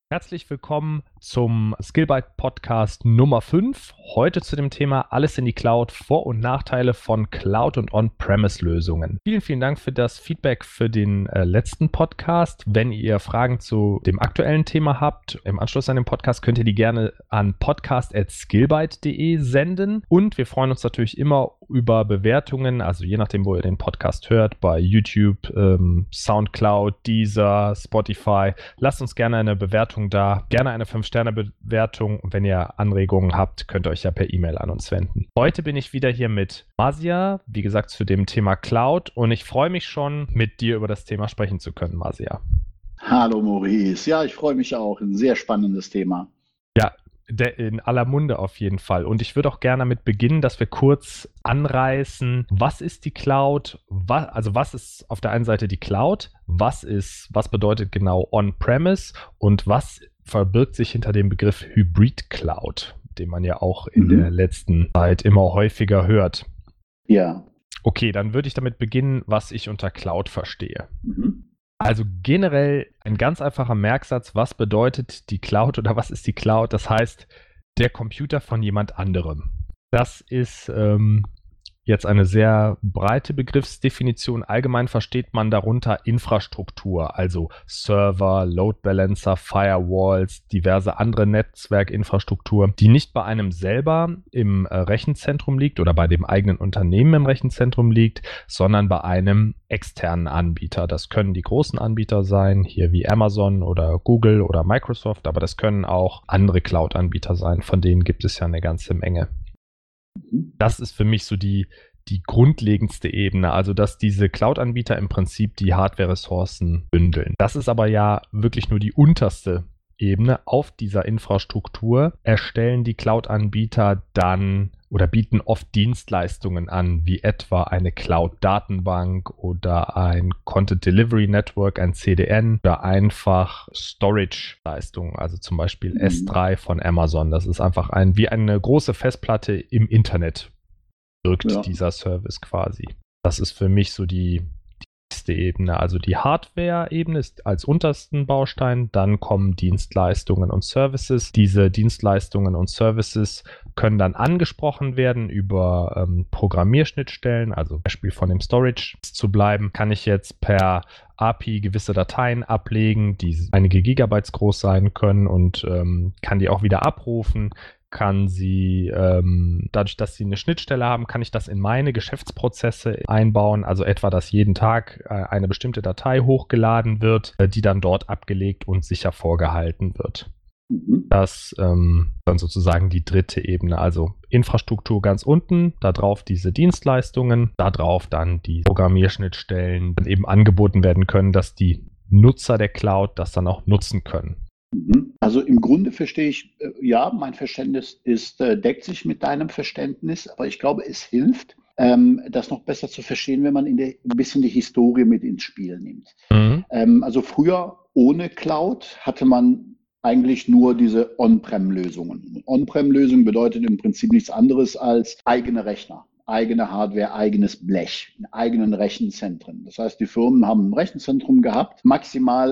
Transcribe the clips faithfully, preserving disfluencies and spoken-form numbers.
Herzlich willkommen zum Skillbyte Podcast Nummer fünf. Heute zu dem Thema Alles in die Cloud, Vor- und Nachteile von Cloud- und On-Premise-Lösungen. Vielen, vielen Dank für das Feedback für den äh, letzten Podcast. Wenn ihr Fragen zu dem aktuellen Thema habt, im Anschluss an den Podcast, könnt ihr die gerne an podcast at skillbyte punkt de senden. Und wir freuen uns natürlich immer über Bewertungen, also je nachdem, wo ihr den Podcast hört, bei YouTube, ähm, Soundcloud, Deezer, Spotify. Lasst uns gerne eine Bewertung da, gerne eine fünf Sterne Bewertung. Und wenn ihr Anregungen habt, könnt ihr euch ja per E-Mail an uns wenden. Heute bin ich wieder hier mit Marcia, wie gesagt, zu dem Thema Cloud. Und ich freue mich schon, mit dir über das Thema sprechen zu können, Marcia. Hallo Maurice, ja, ich freue mich auch. Ein sehr spannendes Thema. Ja, der in aller Munde auf jeden Fall. Und ich würde auch gerne damit beginnen, dass wir kurz anreißen, was ist die Cloud? Was, also was ist auf der einen Seite die Cloud? Was ist, was bedeutet genau On-Premise? Und was verbirgt sich hinter dem Begriff Hybrid Cloud, den man ja auch in mhm. der letzten Zeit immer häufiger hört? Ja. Okay, dann würde ich damit beginnen, was ich unter Cloud verstehe. Mhm. Also generell ein ganz einfacher Merksatz, was bedeutet die Cloud oder was ist die Cloud? Das heißt, der Computer von jemand anderem. Das ist ähm, jetzt eine sehr breite Begriffsdefinition. Allgemein versteht man darunter Infrastruktur, also Server, Load Balancer, Firewalls, diverse andere Netzwerkinfrastruktur, die nicht bei einem selber im äh, Rechenzentrum liegt oder bei dem eigenen Unternehmen im Rechenzentrum liegt, sondern bei einem externen Anbieter. Das können die großen Anbieter sein, hier wie Amazon oder Google oder Microsoft, aber das können auch andere Cloud-Anbieter sein. Von denen gibt es ja eine ganze Menge. Das ist für mich so die, die grundlegendste Ebene, also dass diese Cloud-Anbieter im Prinzip die Hardware-Ressourcen bündeln. Das ist aber ja wirklich nur die unterste Ebene. Auf dieser Infrastruktur erstellen die Cloud-Anbieter dann oder bieten oft Dienstleistungen an, wie etwa eine Cloud-Datenbank oder ein Content Delivery Network, ein C D N oder einfach Storage-Leistungen, also zum Beispiel mhm. S drei von Amazon. Das ist einfach ein, wie eine große Festplatte im Internet wirkt ja. dieser Service quasi. Das ist für mich so die nächste Ebene. Also die Hardware-Ebene ist als untersten Baustein, dann kommen Dienstleistungen und Services. Diese Dienstleistungen und Services können dann angesprochen werden über ähm, Programmierschnittstellen, also Beispiel von dem Storage zu bleiben, kann ich jetzt per A P I gewisse Dateien ablegen, die einige Gigabytes groß sein können und ähm, kann die auch wieder abrufen. Kann sie, ähm, dadurch, dass sie eine Schnittstelle haben, kann ich das in meine Geschäftsprozesse einbauen, also etwa, dass jeden Tag äh, eine bestimmte Datei hochgeladen wird, äh, die dann dort abgelegt und sicher vorgehalten wird. Mhm. Das ähm, dann sozusagen die dritte Ebene, also Infrastruktur ganz unten, da drauf diese Dienstleistungen, da drauf dann die Programmierschnittstellen, dann eben angeboten werden können, dass die Nutzer der Cloud das dann auch nutzen können. Also im Grunde verstehe ich, ja, mein Verständnis ist, deckt sich mit deinem Verständnis, aber ich glaube, es hilft, ähm, das noch besser zu verstehen, wenn man in der, ein bisschen die Historie mit ins Spiel nimmt. Mhm. Ähm, also früher ohne Cloud hatte man eigentlich nur diese On-Prem-Lösungen. On-Prem-Lösung bedeutet im Prinzip nichts anderes als eigene Rechner. Eigene Hardware, eigenes Blech, in eigenen Rechenzentren. Das heißt, die Firmen haben ein Rechenzentrum gehabt, maximal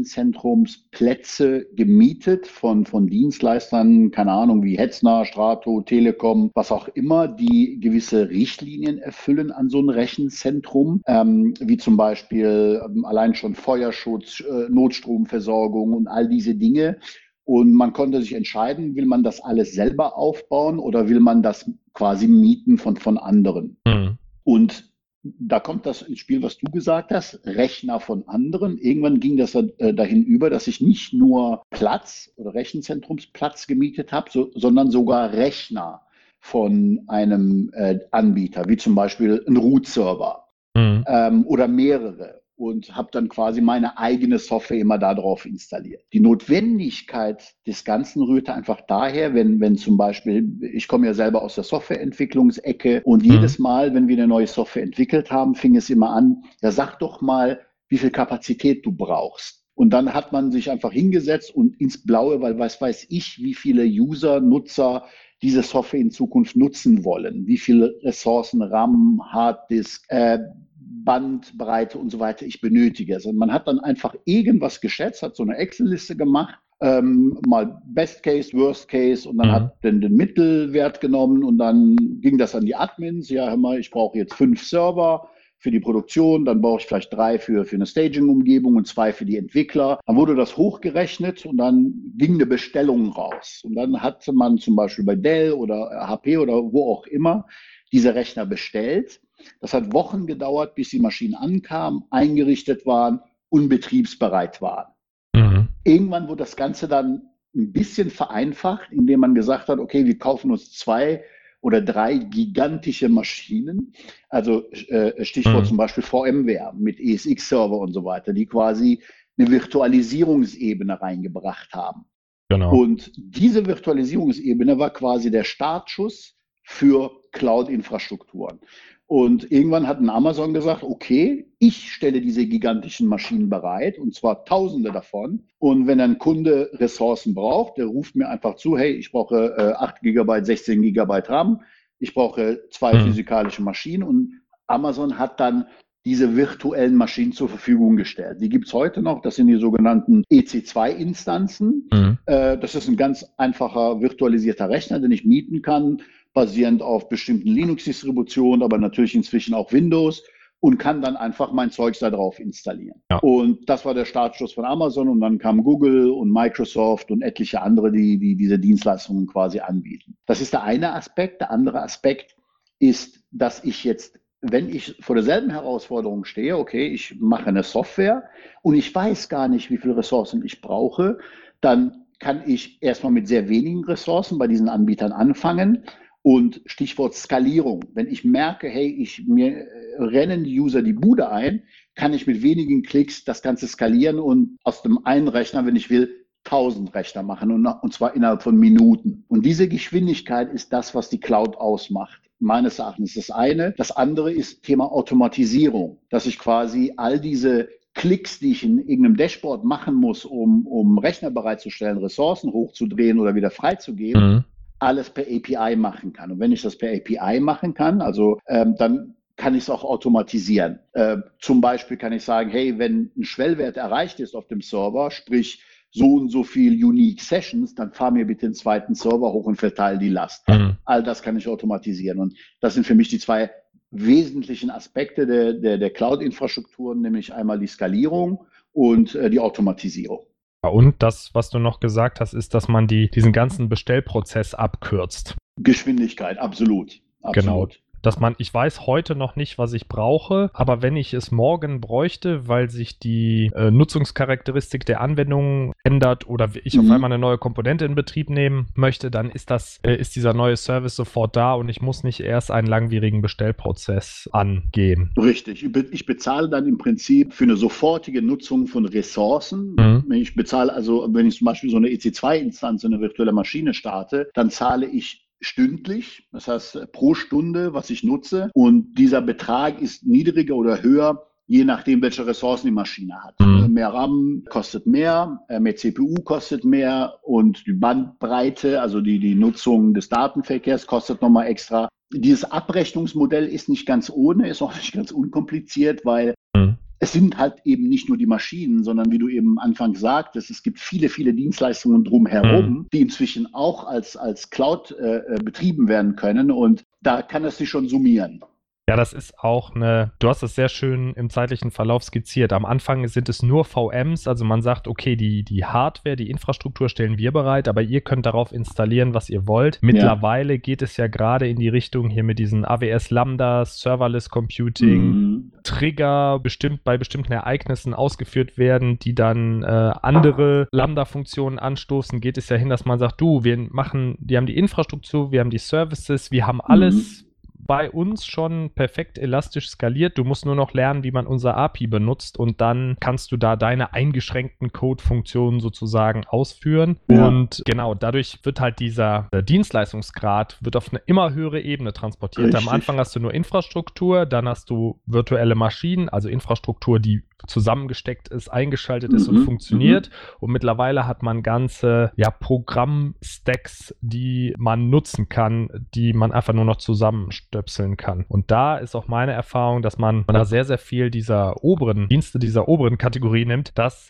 Rechenzentrumsplätze gemietet von, von Dienstleistern, keine Ahnung, wie Hetzner, Strato, Telekom, was auch immer, die gewisse Richtlinien erfüllen an so ein Rechenzentrum, ähm, wie zum Beispiel ähm, allein schon Feuerschutz, äh, Notstromversorgung und all diese Dinge. Und man konnte sich entscheiden, will man das alles selber aufbauen oder will man das quasi mieten von, von anderen. Mhm. Und da kommt das ins Spiel, was du gesagt hast, Rechner von anderen. Irgendwann ging das äh, dahin über, dass ich nicht nur Platz oder Rechenzentrumsplatz gemietet habe, so, sondern sogar Rechner von einem äh, Anbieter, wie zum Beispiel ein Root-Server mhm. ähm, oder mehrere. Und habe dann quasi meine eigene Software immer darauf installiert. Die Notwendigkeit des Ganzen rührte einfach daher, wenn, wenn zum Beispiel, ich komme ja selber aus der Softwareentwicklungsecke und mhm. jedes Mal, wenn wir eine neue Software entwickelt haben, fing es immer an, ja sag doch mal, wie viel Kapazität du brauchst. Und dann hat man sich einfach hingesetzt und ins Blaue, weil was weiß ich, wie viele User, Nutzer diese Software in Zukunft nutzen wollen, wie viele Ressourcen, RAM, Harddisk, äh, Bandbreite und so weiter ich benötige. Also man hat dann einfach irgendwas geschätzt, hat so eine Excel-Liste gemacht ähm, mal Best Case, Worst Case und dann Mhm. hat den, den Mittelwert genommen und dann ging das an die Admins. Ja, hör mal, ich brauche jetzt fünf Server für die Produktion, dann brauche ich vielleicht drei für, für eine Staging-Umgebung und zwei für die Entwickler. Dann wurde das hochgerechnet und dann ging eine Bestellung raus. Und dann hatte man zum Beispiel bei Dell oder H P oder wo auch immer diese Rechner bestellt. Das hat Wochen gedauert, bis die Maschinen ankamen, eingerichtet waren und betriebsbereit waren. Mhm. Irgendwann wurde das Ganze dann ein bisschen vereinfacht, indem man gesagt hat, okay, wir kaufen uns zwei oder drei gigantische Maschinen, also äh, Stichwort Mhm. zum Beispiel VMware mit E S X-Server und so weiter, die quasi eine Virtualisierungsebene reingebracht haben. Genau. Und diese Virtualisierungsebene war quasi der Startschuss für Cloud-Infrastrukturen. Und irgendwann hat ein Amazon gesagt, okay, ich stelle diese gigantischen Maschinen bereit, und zwar Tausende davon. Und wenn ein Kunde Ressourcen braucht, der ruft mir einfach zu, hey, ich brauche äh, acht Gigabyte, sechzehn Gigabyte RAM, ich brauche zwei Mhm. physikalische Maschinen. Und Amazon hat dann diese virtuellen Maschinen zur Verfügung gestellt. Die gibt es heute noch, das sind die sogenannten E C zwei Instanzen. Mhm. Äh, das ist ein ganz einfacher virtualisierter Rechner, den ich mieten kann, basierend auf bestimmten Linux-Distributionen, aber natürlich inzwischen auch Windows und kann dann einfach mein Zeugs da drauf installieren. Ja. Und das war der Startschuss von Amazon und dann kam Google und Microsoft und etliche andere, die, die diese Dienstleistungen quasi anbieten. Das ist der eine Aspekt. Der andere Aspekt ist, dass ich jetzt, wenn ich vor derselben Herausforderung stehe, okay, ich mache eine Software und ich weiß gar nicht, wie viele Ressourcen ich brauche, dann kann ich erstmal mit sehr wenigen Ressourcen bei diesen Anbietern anfangen. Und Stichwort Skalierung. Wenn ich merke, hey, ich, mir rennen die User die Bude ein, kann ich mit wenigen Klicks das Ganze skalieren und aus dem einen Rechner, wenn ich will, tausend Rechner machen und, und zwar innerhalb von Minuten. Und diese Geschwindigkeit ist das, was die Cloud ausmacht. Meines Erachtens das eine. Das andere ist Thema Automatisierung, dass ich quasi all diese Klicks, die ich in irgendeinem Dashboard machen muss, um, um Rechner bereitzustellen, Ressourcen hochzudrehen oder wieder freizugeben, Mhm. alles per A P I machen kann. Und wenn ich das per A P I machen kann, also ähm, dann kann ich es auch automatisieren. Äh, zum Beispiel kann ich sagen, hey, wenn ein Schwellwert erreicht ist auf dem Server, sprich so und so viel Unique Sessions, dann fahr mir bitte den zweiten Server hoch und verteile die Last. Mhm. All das kann ich automatisieren. Und das sind für mich die zwei wesentlichen Aspekte der, der, der Cloud-Infrastrukturen, nämlich einmal die Skalierung und äh, die Automatisierung. Und das, was du noch gesagt hast, ist, dass man die, diesen ganzen Bestellprozess abkürzt. Geschwindigkeit, absolut. absolut. Genau. Dass man, ich weiß heute noch nicht, was ich brauche, aber wenn ich es morgen bräuchte, weil sich die äh, Nutzungscharakteristik der Anwendung ändert oder ich Mhm. auf einmal eine neue Komponente in Betrieb nehmen möchte, dann ist das, äh, ist dieser neue Service sofort da und ich muss nicht erst einen langwierigen Bestellprozess angehen. Richtig. Ich be- Ich bezahle dann im Prinzip für eine sofortige Nutzung von Ressourcen. Mhm. Wenn ich bezahle, also wenn ich zum Beispiel so eine E C zwei Instanz, eine virtuelle Maschine starte, dann zahle ich stündlich, das heißt pro Stunde, was ich nutze. Und dieser Betrag ist niedriger oder höher, je nachdem, welche Ressourcen die Maschine hat. Mhm. Mehr RAM kostet mehr, mehr C P U kostet mehr und die Bandbreite, also die, die Nutzung des Datenverkehrs kostet nochmal extra. Dieses Abrechnungsmodell ist nicht ganz ohne, ist auch nicht ganz unkompliziert, weil Mhm. es sind halt eben nicht nur die Maschinen, sondern wie du eben am Anfang sagtest, es gibt viele, viele Dienstleistungen drumherum, Mhm. die inzwischen auch als, als Cloud äh, betrieben werden können und da kann es sich schon summieren. Ja, das ist auch eine, du hast es sehr schön im zeitlichen Verlauf skizziert. Am Anfang sind es nur V Ms, also man sagt, okay, die, die Hardware, die Infrastruktur stellen wir bereit, aber ihr könnt darauf installieren, was ihr wollt. Mittlerweile ja. geht es ja gerade in die Richtung hier mit diesen A W S Lambda, Serverless Computing, Mhm. Trigger bestimmt bei bestimmten Ereignissen ausgeführt werden, die dann äh, andere Lambda-Funktionen anstoßen, geht es ja hin, dass man sagt, du, wir machen, wir haben die Infrastruktur, wir haben die Services, wir haben alles Mhm. bei uns schon perfekt elastisch skaliert. Du musst nur noch lernen, wie man unser A P I benutzt und dann kannst du da deine eingeschränkten Code-Funktionen sozusagen ausführen. Ja. Und genau, dadurch wird halt dieser äh, Dienstleistungsgrad wird auf eine immer höhere Ebene transportiert. Richtig. Am Anfang hast du nur Infrastruktur, dann hast du virtuelle Maschinen, also Infrastruktur, die zusammengesteckt ist, eingeschaltet ist Mhm. und funktioniert. Mhm. Und mittlerweile hat man ganze ja, Programmstacks, die man nutzen kann, die man einfach nur noch zusammenstöpseln kann. Und da ist auch meine Erfahrung, dass man, man da sehr, sehr viel dieser oberen Dienste, dieser oberen Kategorie nimmt, dass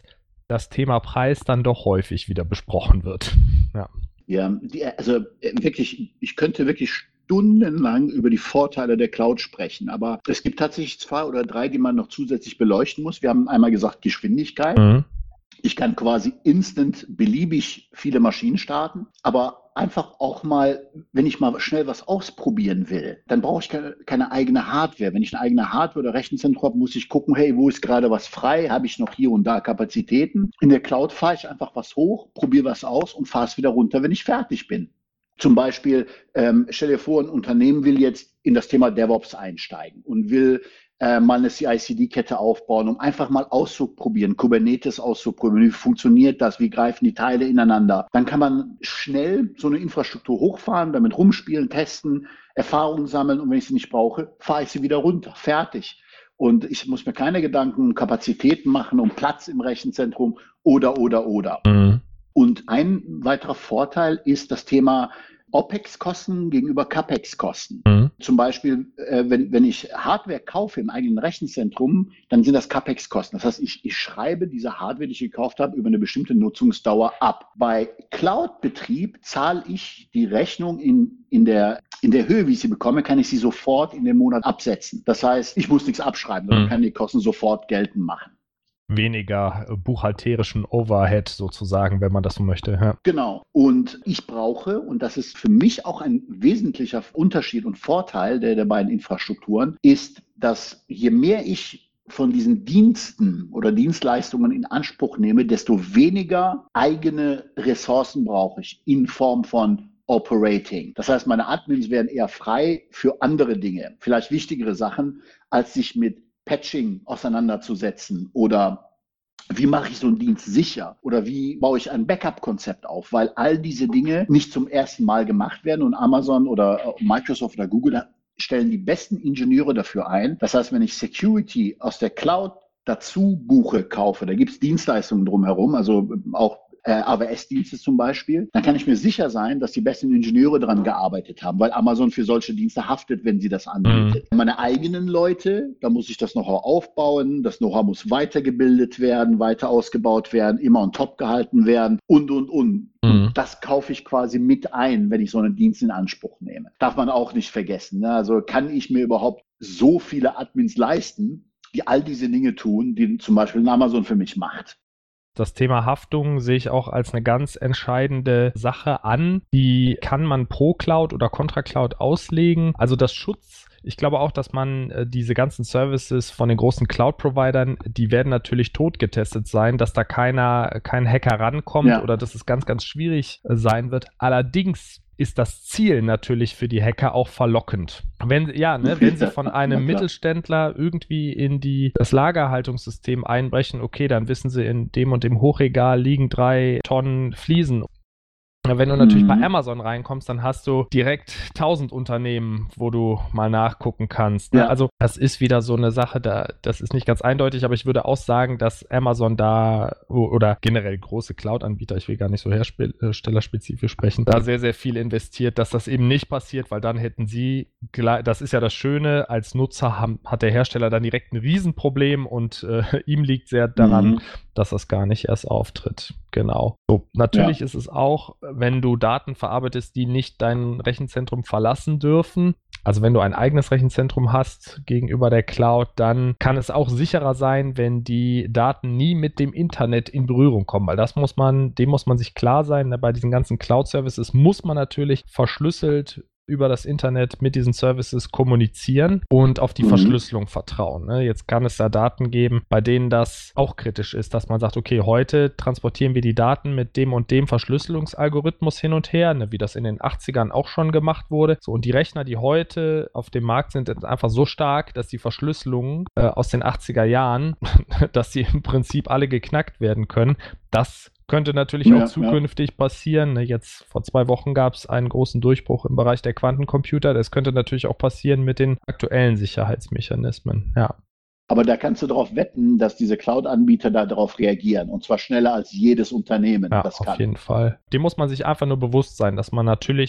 das Thema Preis dann doch häufig wieder besprochen wird. Ja, ja die, also wirklich, ich könnte wirklich stundenlang über die Vorteile der Cloud sprechen, aber es gibt tatsächlich zwei oder drei, die man noch zusätzlich beleuchten muss. Wir haben einmal gesagt, Geschwindigkeit. Mhm. Ich kann quasi instant beliebig viele Maschinen starten, aber einfach auch mal, wenn ich mal schnell was ausprobieren will, dann brauche ich keine, keine eigene Hardware. Wenn ich eine eigene Hardware oder Rechenzentrum habe, muss ich gucken, hey, wo ist gerade was frei? Habe ich noch hier und da Kapazitäten? In der Cloud fahre ich einfach was hoch, probiere was aus und fahre es wieder runter, wenn ich fertig bin. Zum Beispiel, ähm, stell dir vor, ein Unternehmen will jetzt in das Thema DevOps einsteigen und will äh, mal eine C I C D-Kette aufbauen, um einfach mal auszuprobieren, Kubernetes auszuprobieren. Wie funktioniert das? Wie greifen die Teile ineinander? Dann kann man schnell so eine Infrastruktur hochfahren, damit rumspielen, testen, Erfahrungen sammeln und wenn ich sie nicht brauche, fahre ich sie wieder runter. Fertig. Und ich muss mir keine Gedanken um Kapazitäten machen, um Platz im Rechenzentrum oder, oder, oder. Mhm. Und ein weiterer Vorteil ist das Thema OPEX-Kosten gegenüber CAPEX-Kosten. Mhm. Zum Beispiel, äh, wenn, wenn ich Hardware kaufe im eigenen Rechenzentrum, dann sind das CAPEX-Kosten. Das heißt, ich, ich schreibe diese Hardware, die ich gekauft habe, über eine bestimmte Nutzungsdauer ab. Bei Cloud-Betrieb zahle ich die Rechnung in, in, der, in der Höhe, wie ich sie bekomme, kann ich sie sofort in den Monat absetzen. Das heißt, ich muss nichts abschreiben, sondern mhm. kann die Kosten sofort geltend machen. Weniger buchhalterischen Overhead sozusagen, wenn man das so möchte. Ja. Genau. Und ich brauche, und das ist für mich auch ein wesentlicher Unterschied und Vorteil der, der beiden Infrastrukturen, ist, dass je mehr ich von diesen Diensten oder Dienstleistungen in Anspruch nehme, desto weniger eigene Ressourcen brauche ich in Form von Operating. Das heißt, meine Admins werden eher frei für andere Dinge, vielleicht wichtigere Sachen, als sich mit Patching auseinanderzusetzen oder wie mache ich so einen Dienst sicher oder wie baue ich ein Backup-Konzept auf, weil all diese Dinge nicht zum ersten Mal gemacht werden und Amazon oder Microsoft oder Google stellen die besten Ingenieure dafür ein. Das heißt, wenn ich Security aus der Cloud dazu buche, kaufe, da gibt es Dienstleistungen drumherum, also auch A W S-Dienste zum Beispiel, dann kann ich mir sicher sein, dass die besten Ingenieure daran gearbeitet haben, weil Amazon für solche Dienste haftet, wenn sie das anbietet. Mhm. Meine eigenen Leute, da muss ich das Know-how aufbauen, das Know-how muss weitergebildet werden, weiter ausgebaut werden, immer on top gehalten werden und, und, und. Mhm. Das kaufe ich quasi mit ein, wenn ich so einen Dienst in Anspruch nehme. Darf man auch nicht vergessen. Ne? Also kann ich mir überhaupt so viele Admins leisten, die all diese Dinge tun, die zum Beispiel Amazon für mich macht. Das Thema Haftung sehe ich auch als eine ganz entscheidende Sache an. Die kann man pro Cloud oder contra Cloud auslegen. Also das Schutz, ich glaube auch, dass man äh, diese ganzen Services von den großen Cloud-Providern, die werden natürlich totgetestet sein, dass da keiner, kein Hacker rankommt ja. oder dass es ganz, ganz schwierig äh, sein wird. Allerdings ist das Ziel natürlich für die Hacker auch verlockend. Wenn, ja, ne, wenn sie von einem Mittelständler irgendwie in die, das Lagerhaltungssystem einbrechen, okay, dann wissen sie, in dem und dem Hochregal liegen drei Tonnen Fliesen. Wenn du natürlich mhm. bei Amazon reinkommst, dann hast du direkt tausend Unternehmen, wo du mal nachgucken kannst. Ne? Ja. Also das ist wieder so eine Sache, da, das ist nicht ganz eindeutig, aber ich würde auch sagen, dass Amazon da oder generell große Cloud-Anbieter, ich will gar nicht so herstellerspezifisch sprechen, da sehr, sehr viel investiert, dass das eben nicht passiert, weil dann hätten sie, das ist ja das Schöne, als Nutzer haben, hat der Hersteller dann direkt ein Riesenproblem und äh, ihm liegt sehr daran, mhm. dass das gar nicht erst auftritt. Genau. So, natürlich ja. ist es auch, wenn du Daten verarbeitest, die nicht dein Rechenzentrum verlassen dürfen. Also wenn du ein eigenes Rechenzentrum hast gegenüber der Cloud, dann kann es auch sicherer sein, wenn die Daten nie mit dem Internet in Berührung kommen. Weil das muss man, dem muss man sich klar sein. Bei diesen ganzen Cloud-Services muss man natürlich verschlüsselt über das Internet mit diesen Services kommunizieren und auf die mhm. Verschlüsselung vertrauen. Ne? Jetzt kann es da Daten geben, bei denen das auch kritisch ist, dass man sagt, okay, heute transportieren wir die Daten mit dem und dem Verschlüsselungsalgorithmus hin und her, ne? Wie das in den achtzigern auch schon gemacht wurde. So, und die Rechner, die heute auf dem Markt sind, sind einfach so stark, dass die Verschlüsselungen äh, aus den achtziger Jahren, dass sie im Prinzip alle geknackt werden können. Das könnte natürlich ja, auch zukünftig ja. passieren. Jetzt vor zwei Wochen gab es einen großen Durchbruch im Bereich der Quantencomputer. Das könnte natürlich auch passieren mit den aktuellen Sicherheitsmechanismen. Ja. Aber da kannst du darauf wetten, dass diese Cloud-Anbieter darauf reagieren. Und zwar schneller als jedes Unternehmen ja, das kann. Auf jeden Fall. Dem muss man sich einfach nur bewusst sein, dass man natürlich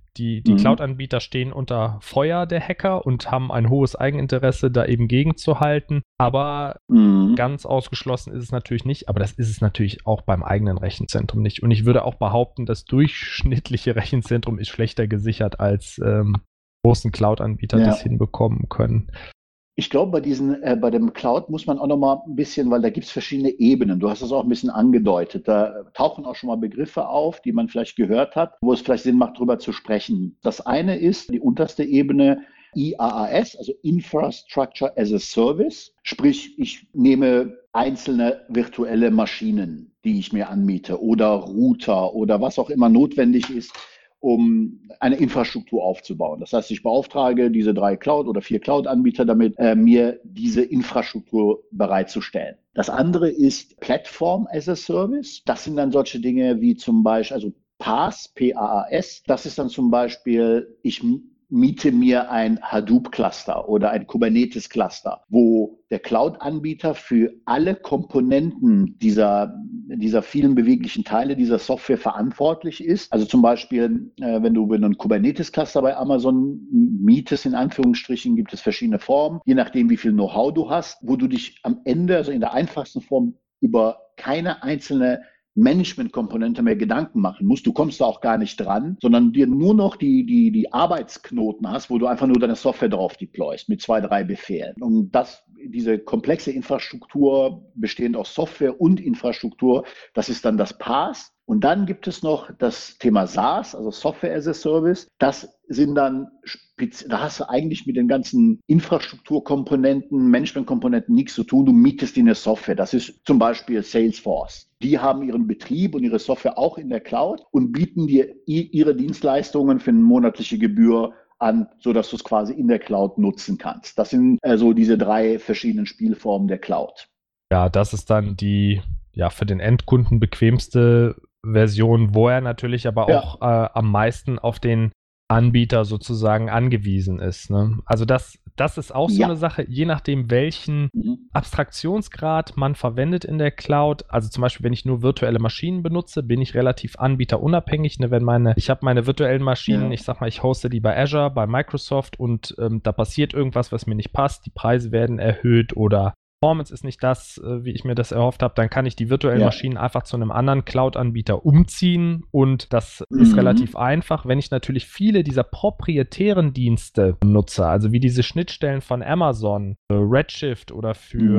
Die, die Mhm. Cloud-Anbieter stehen unter Feuer der Hacker und haben ein hohes Eigeninteresse, da eben gegenzuhalten. Aber Mhm. ganz ausgeschlossen ist es natürlich nicht. Aber das ist es natürlich auch beim eigenen Rechenzentrum nicht. Und ich würde auch behaupten, das durchschnittliche Rechenzentrum ist schlechter gesichert, als ähm, großen Cloud-Anbieter Ja. das hinbekommen können. Ich glaube, bei diesen, äh, bei dem Cloud muss man auch noch mal ein bisschen, weil da gibt es verschiedene Ebenen. Du hast es auch ein bisschen angedeutet. Da tauchen auch schon mal Begriffe auf, die man vielleicht gehört hat, wo es vielleicht Sinn macht, darüber zu sprechen. Das eine ist die unterste Ebene, I A A S, also Infrastructure as a Service. Sprich, ich nehme einzelne virtuelle Maschinen, die ich mir anmiete, oder Router oder was auch immer notwendig ist, um eine Infrastruktur aufzubauen. Das heißt, ich beauftrage diese drei Cloud- oder vier Cloud-Anbieter damit, äh, mir diese Infrastruktur bereitzustellen. Das andere ist Platform as a Service. Das sind dann solche Dinge wie zum Beispiel, also PaaS, P A A S. Das ist dann zum Beispiel, ich miete mir ein Hadoop-Cluster oder ein Kubernetes-Cluster, wo der Cloud-Anbieter für alle Komponenten dieser, dieser vielen beweglichen Teile dieser Software verantwortlich ist. Also zum Beispiel, äh, wenn du, wenn du ein Kubernetes-Cluster bei Amazon mietest, in Anführungsstrichen, gibt es verschiedene Formen, je nachdem, wie viel Know-how du hast, wo du dich am Ende, also in der einfachsten Form, über keine einzelne Management-Komponente mehr Gedanken machen musst. Du kommst da auch gar nicht dran, sondern dir nur noch die, die, die Arbeitsknoten hast, wo du einfach nur deine Software drauf deployst mit zwei, drei Befehlen. Und das, diese komplexe Infrastruktur, bestehend aus Software und Infrastruktur, das ist dann das PaaS. Und dann gibt es noch das Thema SaaS, also Software as a Service. Das sind dann, da hast du eigentlich mit den ganzen Infrastrukturkomponenten, Managementkomponenten nichts zu tun. Du mietest dir eine Software. Das ist zum Beispiel Salesforce. Die haben ihren Betrieb und ihre Software auch in der Cloud und bieten dir ihre Dienstleistungen für eine monatliche Gebühr an, sodass du es quasi in der Cloud nutzen kannst. Das sind also diese drei verschiedenen Spielformen der Cloud. Ja, das ist dann die ja für den Endkunden bequemste Version, wo er natürlich aber Ja. auch äh, am meisten auf den Anbieter sozusagen angewiesen ist. Ne? Also das, das ist auch so Ja. eine Sache, je nachdem, welchen Mhm. Abstraktionsgrad man verwendet in der Cloud. Also zum Beispiel, wenn ich nur virtuelle Maschinen benutze, bin ich relativ anbieterunabhängig. Ne? Wenn meine, ich habe meine virtuellen Maschinen, Ja. ich sag mal, ich hoste die bei Azure, bei Microsoft und ähm, da passiert irgendwas, was mir nicht passt. Die Preise werden erhöht oder Performance ist nicht das, wie ich mir das erhofft habe, dann kann ich die virtuellen Ja. Maschinen einfach zu einem anderen Cloud-Anbieter umziehen und das Mhm. ist relativ einfach. Wenn ich natürlich viele dieser proprietären Dienste nutze, also wie diese Schnittstellen von Amazon, Redshift oder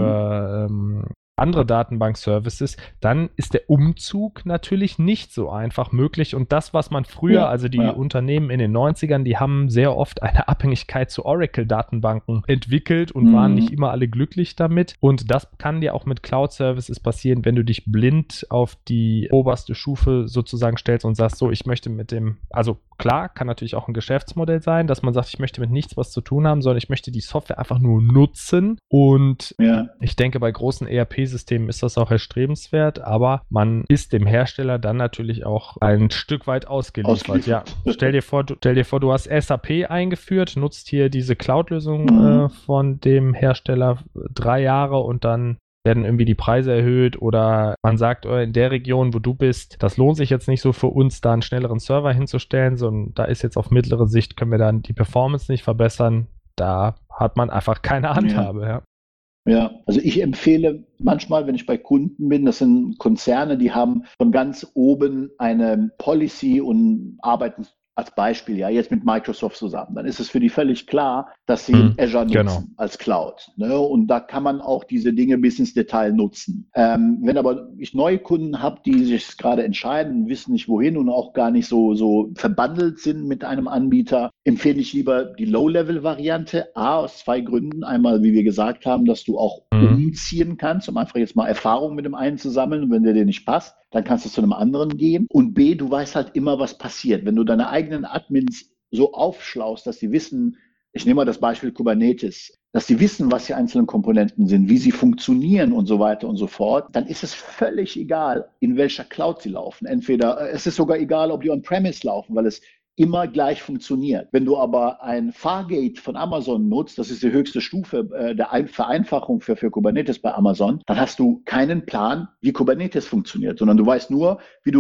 für mhm. ähm, andere Datenbank-Services, dann ist der Umzug natürlich nicht so einfach möglich. Und das, was man früher, Ja, also die ja. Unternehmen in den neunzigern, die haben sehr oft eine Abhängigkeit zu Oracle-Datenbanken entwickelt und Mhm. waren nicht immer alle glücklich damit. Und das kann dir auch mit Cloud-Services passieren, wenn du dich blind auf die oberste Stufe sozusagen stellst und sagst, so, ich möchte mit dem, also klar, kann natürlich auch ein Geschäftsmodell sein, dass man sagt, ich möchte mit nichts was zu tun haben, sondern ich möchte die Software einfach nur nutzen. Und Ja. ich denke, bei großen E R P-Systemen ist das auch erstrebenswert, aber man ist dem Hersteller dann natürlich auch ein Stück weit ausgeliefert. Ausgeliefert. Ja, stell dir vor, du, stell dir vor, du hast S A P eingeführt, nutzt hier diese Cloud-Lösung Mhm. äh, von dem Hersteller drei Jahre und dann werden irgendwie die Preise erhöht oder man sagt, oh, in der Region, wo du bist, das lohnt sich jetzt nicht so für uns, da einen schnelleren Server hinzustellen, sondern da ist jetzt auf mittlere Sicht, können wir dann die Performance nicht verbessern. Da hat man einfach keine Handhabe. Ja. Ja, also ich empfehle manchmal, wenn ich bei Kunden bin, das sind Konzerne, die haben von ganz oben eine Policy und arbeiten als Beispiel, ja, jetzt mit Microsoft zusammen, dann ist es für die völlig klar, dass sie Hm, Azure nutzen genau. als Cloud. Ne? Und da kann man auch diese Dinge bis ins Detail nutzen. Ähm, wenn aber ich neue Kunden habe, die sich gerade entscheiden, wissen nicht wohin und auch gar nicht so, so verbandelt sind mit einem Anbieter, empfehle ich lieber die Low-Level-Variante. A, aus zwei Gründen. Einmal, wie wir gesagt haben, dass du auch Mhm. umziehen kannst, um einfach jetzt mal Erfahrung mit dem einen zu sammeln. Und wenn der dir nicht passt, dann kannst du zu einem anderen gehen. Und B, du weißt halt immer, was passiert. Wenn du deine eigenen Admins so aufschlaust, dass sie wissen, ich nehme mal das Beispiel Kubernetes, dass sie wissen, was die einzelnen Komponenten sind, wie sie funktionieren und so weiter und so fort, dann ist es völlig egal, in welcher Cloud sie laufen. Entweder, es ist sogar egal, ob die on-premise laufen, weil es immer gleich funktioniert. Wenn du aber ein Fargate von Amazon nutzt, das ist die höchste Stufe äh, der Ein- Vereinfachung für, für Kubernetes bei Amazon, dann hast du keinen Plan, wie Kubernetes funktioniert, sondern du weißt nur, wie du gerade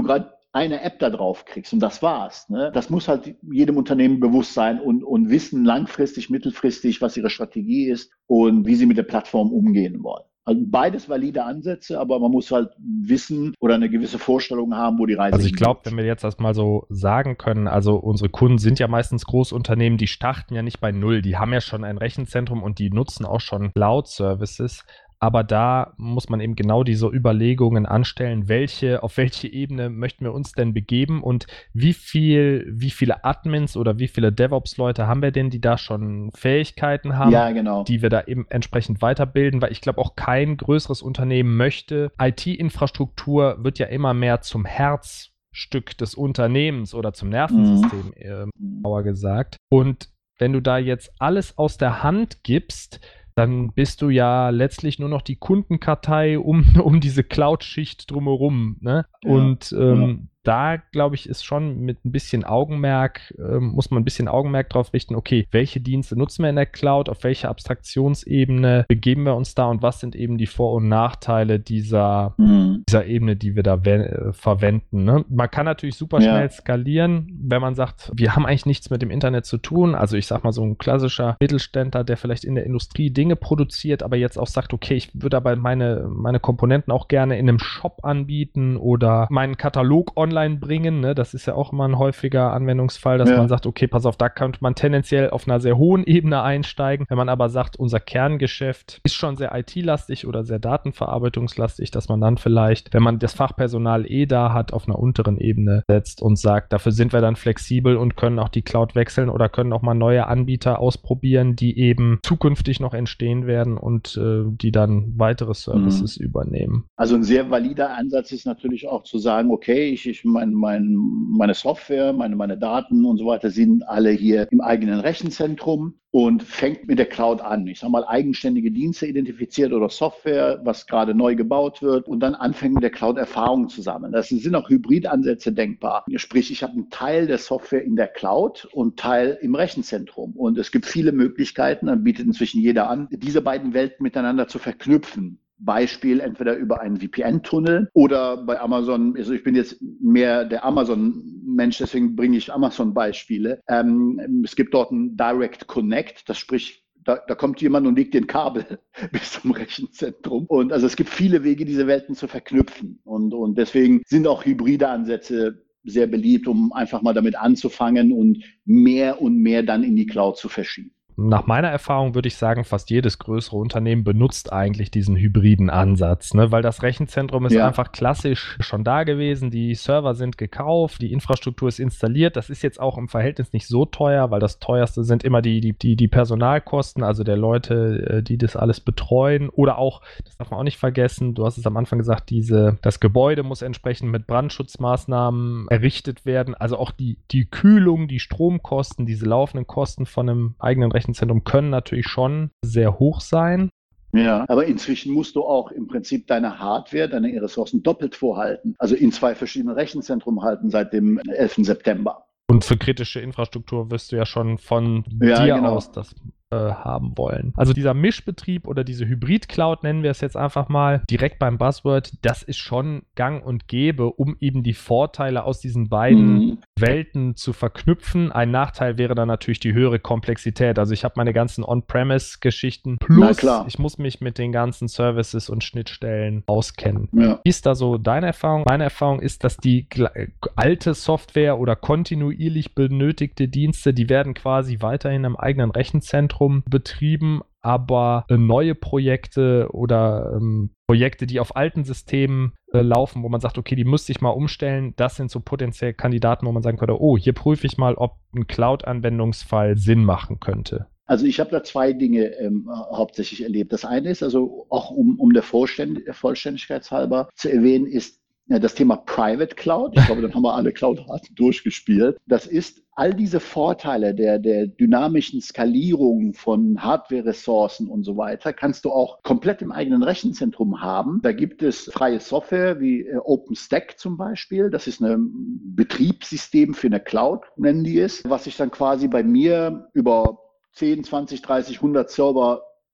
eine App da drauf kriegst und das war's. Ne? Das muss halt jedem Unternehmen bewusst sein und, und wissen langfristig, mittelfristig, was ihre Strategie ist und wie sie mit der Plattform umgehen wollen. Also beides valide Ansätze, aber man muss halt wissen oder eine gewisse Vorstellung haben, wo die Reise Also ich glaube, hingeht. wenn wir jetzt das mal so sagen können, also unsere Kunden sind ja meistens Großunternehmen, die starten ja nicht bei Null, die haben ja schon ein Rechenzentrum und die nutzen auch schon Cloud-Services. Aber da muss man eben genau diese Überlegungen anstellen, welche, auf welche Ebene möchten wir uns denn begeben und wie viel, wie viele Admins oder wie viele DevOps-Leute haben wir denn, die da schon Fähigkeiten haben, Ja, genau. die wir da eben entsprechend weiterbilden, weil ich glaube auch kein größeres Unternehmen möchte. I T-Infrastruktur wird ja immer mehr zum Herzstück des Unternehmens oder zum Nervensystem, äh, genauer gesagt. Und wenn du da jetzt alles aus der Hand gibst, dann bist du ja letztlich nur noch die Kundenkartei um, um diese Cloud-Schicht drumherum. Ne? Ja, und ähm, ja. da, glaube ich, ist schon mit ein bisschen Augenmerk, ähm, muss man ein bisschen Augenmerk drauf richten, okay, welche Dienste nutzen wir in der Cloud, auf welcher Abstraktionsebene begeben wir uns da und was sind eben die Vor- und Nachteile dieser, Mhm. dieser Ebene, die wir da we- äh, verwenden. Ne? Man kann natürlich super Ja. schnell skalieren, wenn man sagt, wir haben eigentlich nichts mit dem Internet zu tun. Also ich sag mal, so ein klassischer Mittelständler, der vielleicht in der Industrie Dinge produziert, aber jetzt auch sagt, okay, ich würde aber meine, meine Komponenten auch gerne in einem Shop anbieten oder meinen Katalog online bringen. Ne? Das ist ja auch immer ein häufiger Anwendungsfall, dass Ja. man sagt, okay, pass auf, da könnte man tendenziell auf einer sehr hohen Ebene einsteigen. Wenn man aber sagt, unser Kerngeschäft ist schon sehr I T-lastig oder sehr datenverarbeitungslastig, dass man dann vielleicht, wenn man das Fachpersonal eh da hat, auf einer unteren Ebene setzt und sagt, dafür sind wir dann flexibel und können auch die Cloud wechseln oder können auch mal neue Anbieter ausprobieren, die eben zukünftig noch entstehen werden und äh, die dann weitere Services mhm. übernehmen. Also ein sehr valider Ansatz ist natürlich auch zu sagen, okay, ich, ich mein, mein, meine Software, meine, meine Daten und so weiter sind alle hier im eigenen Rechenzentrum und fängt mit der Cloud an. Ich sage mal, eigenständige Dienste identifiziert oder Software, was gerade neu gebaut wird und dann anfängt mit der Cloud Erfahrungen zu sammeln. Das sind auch Hybridansätze denkbar. Sprich, ich habe einen Teil der Software in der Cloud und Teil im Rechenzentrum. Und es gibt viele Möglichkeiten, dann bietet inzwischen jeder an, diese beiden Welten miteinander zu verknüpfen. Beispiel entweder über einen V P N-Tunnel oder bei Amazon, also ich bin jetzt mehr der Amazon-Mensch, deswegen bringe ich Amazon-Beispiele. Ähm, es gibt dort ein Direct Connect, das spricht, da, da kommt jemand und legt den Kabel bis zum Rechenzentrum. Und also es gibt viele Wege, diese Welten zu verknüpfen. Und, und deswegen sind auch hybride Ansätze sehr beliebt, um einfach mal damit anzufangen und mehr und mehr dann in die Cloud zu verschieben. Nach meiner Erfahrung würde ich sagen, fast jedes größere Unternehmen benutzt eigentlich diesen hybriden Ansatz, ne? Weil das Rechenzentrum ist ja. einfach klassisch schon da gewesen, die Server sind gekauft, die Infrastruktur ist installiert. Das ist jetzt auch im Verhältnis nicht so teuer, weil das teuerste sind immer die, die, die, die Personalkosten, also der Leute, die das alles betreuen. Oder auch, das darf man auch nicht vergessen, du hast es am Anfang gesagt, diese, das Gebäude muss entsprechend mit Brandschutzmaßnahmen errichtet werden. Also auch die, die Kühlung, die Stromkosten, diese laufenden Kosten von einem eigenen Rechenzentrum Rechenzentrum können natürlich schon sehr hoch sein. Ja, aber inzwischen musst du auch im Prinzip deine Hardware, deine Ressourcen doppelt vorhalten. Also in zwei verschiedenen Rechenzentren halten seit dem elften September. Und für kritische Infrastruktur wirst du ja schon von ja, dir genau. aus das äh, haben wollen. Also dieser Mischbetrieb oder diese Hybrid-Cloud, nennen wir es jetzt einfach mal, direkt beim Buzzword, das ist schon gang und gäbe, um eben die Vorteile aus diesen beiden mhm. Welten zu verknüpfen. Ein Nachteil wäre dann natürlich die höhere Komplexität. Also ich habe meine ganzen On-Premise-Geschichten plus ich muss mich mit den ganzen Services und Schnittstellen auskennen. Ja. Wie ist da so deine Erfahrung? Meine Erfahrung ist, dass die alte Software oder kontinuierlich benötigte Dienste, die werden quasi weiterhin im eigenen Rechenzentrum betrieben, aber äh, neue Projekte oder ähm, Projekte, die auf alten Systemen äh, laufen, wo man sagt, okay, die müsste ich mal umstellen, das sind so potenziell Kandidaten, wo man sagen könnte, oh, hier prüfe ich mal, ob ein Cloud-Anwendungsfall Sinn machen könnte. Also ich habe da zwei Dinge ähm, hauptsächlich erlebt. Das eine ist, also auch um, um der Vollständ- Vollständigkeit halber zu erwähnen, ist ja, das Thema Private Cloud. Ich glaube, dann haben wir alle Cloud-Arten durchgespielt. Das ist all diese Vorteile der, der dynamischen Skalierung von Hardware-Ressourcen und so weiter, kannst du auch komplett im eigenen Rechenzentrum haben. Da gibt es freie Software wie äh, OpenStack zum Beispiel. Das ist ein Betriebssystem für eine Cloud, nennen die es, was ich dann quasi bei mir über zehn, zwanzig, dreißig, hundert Server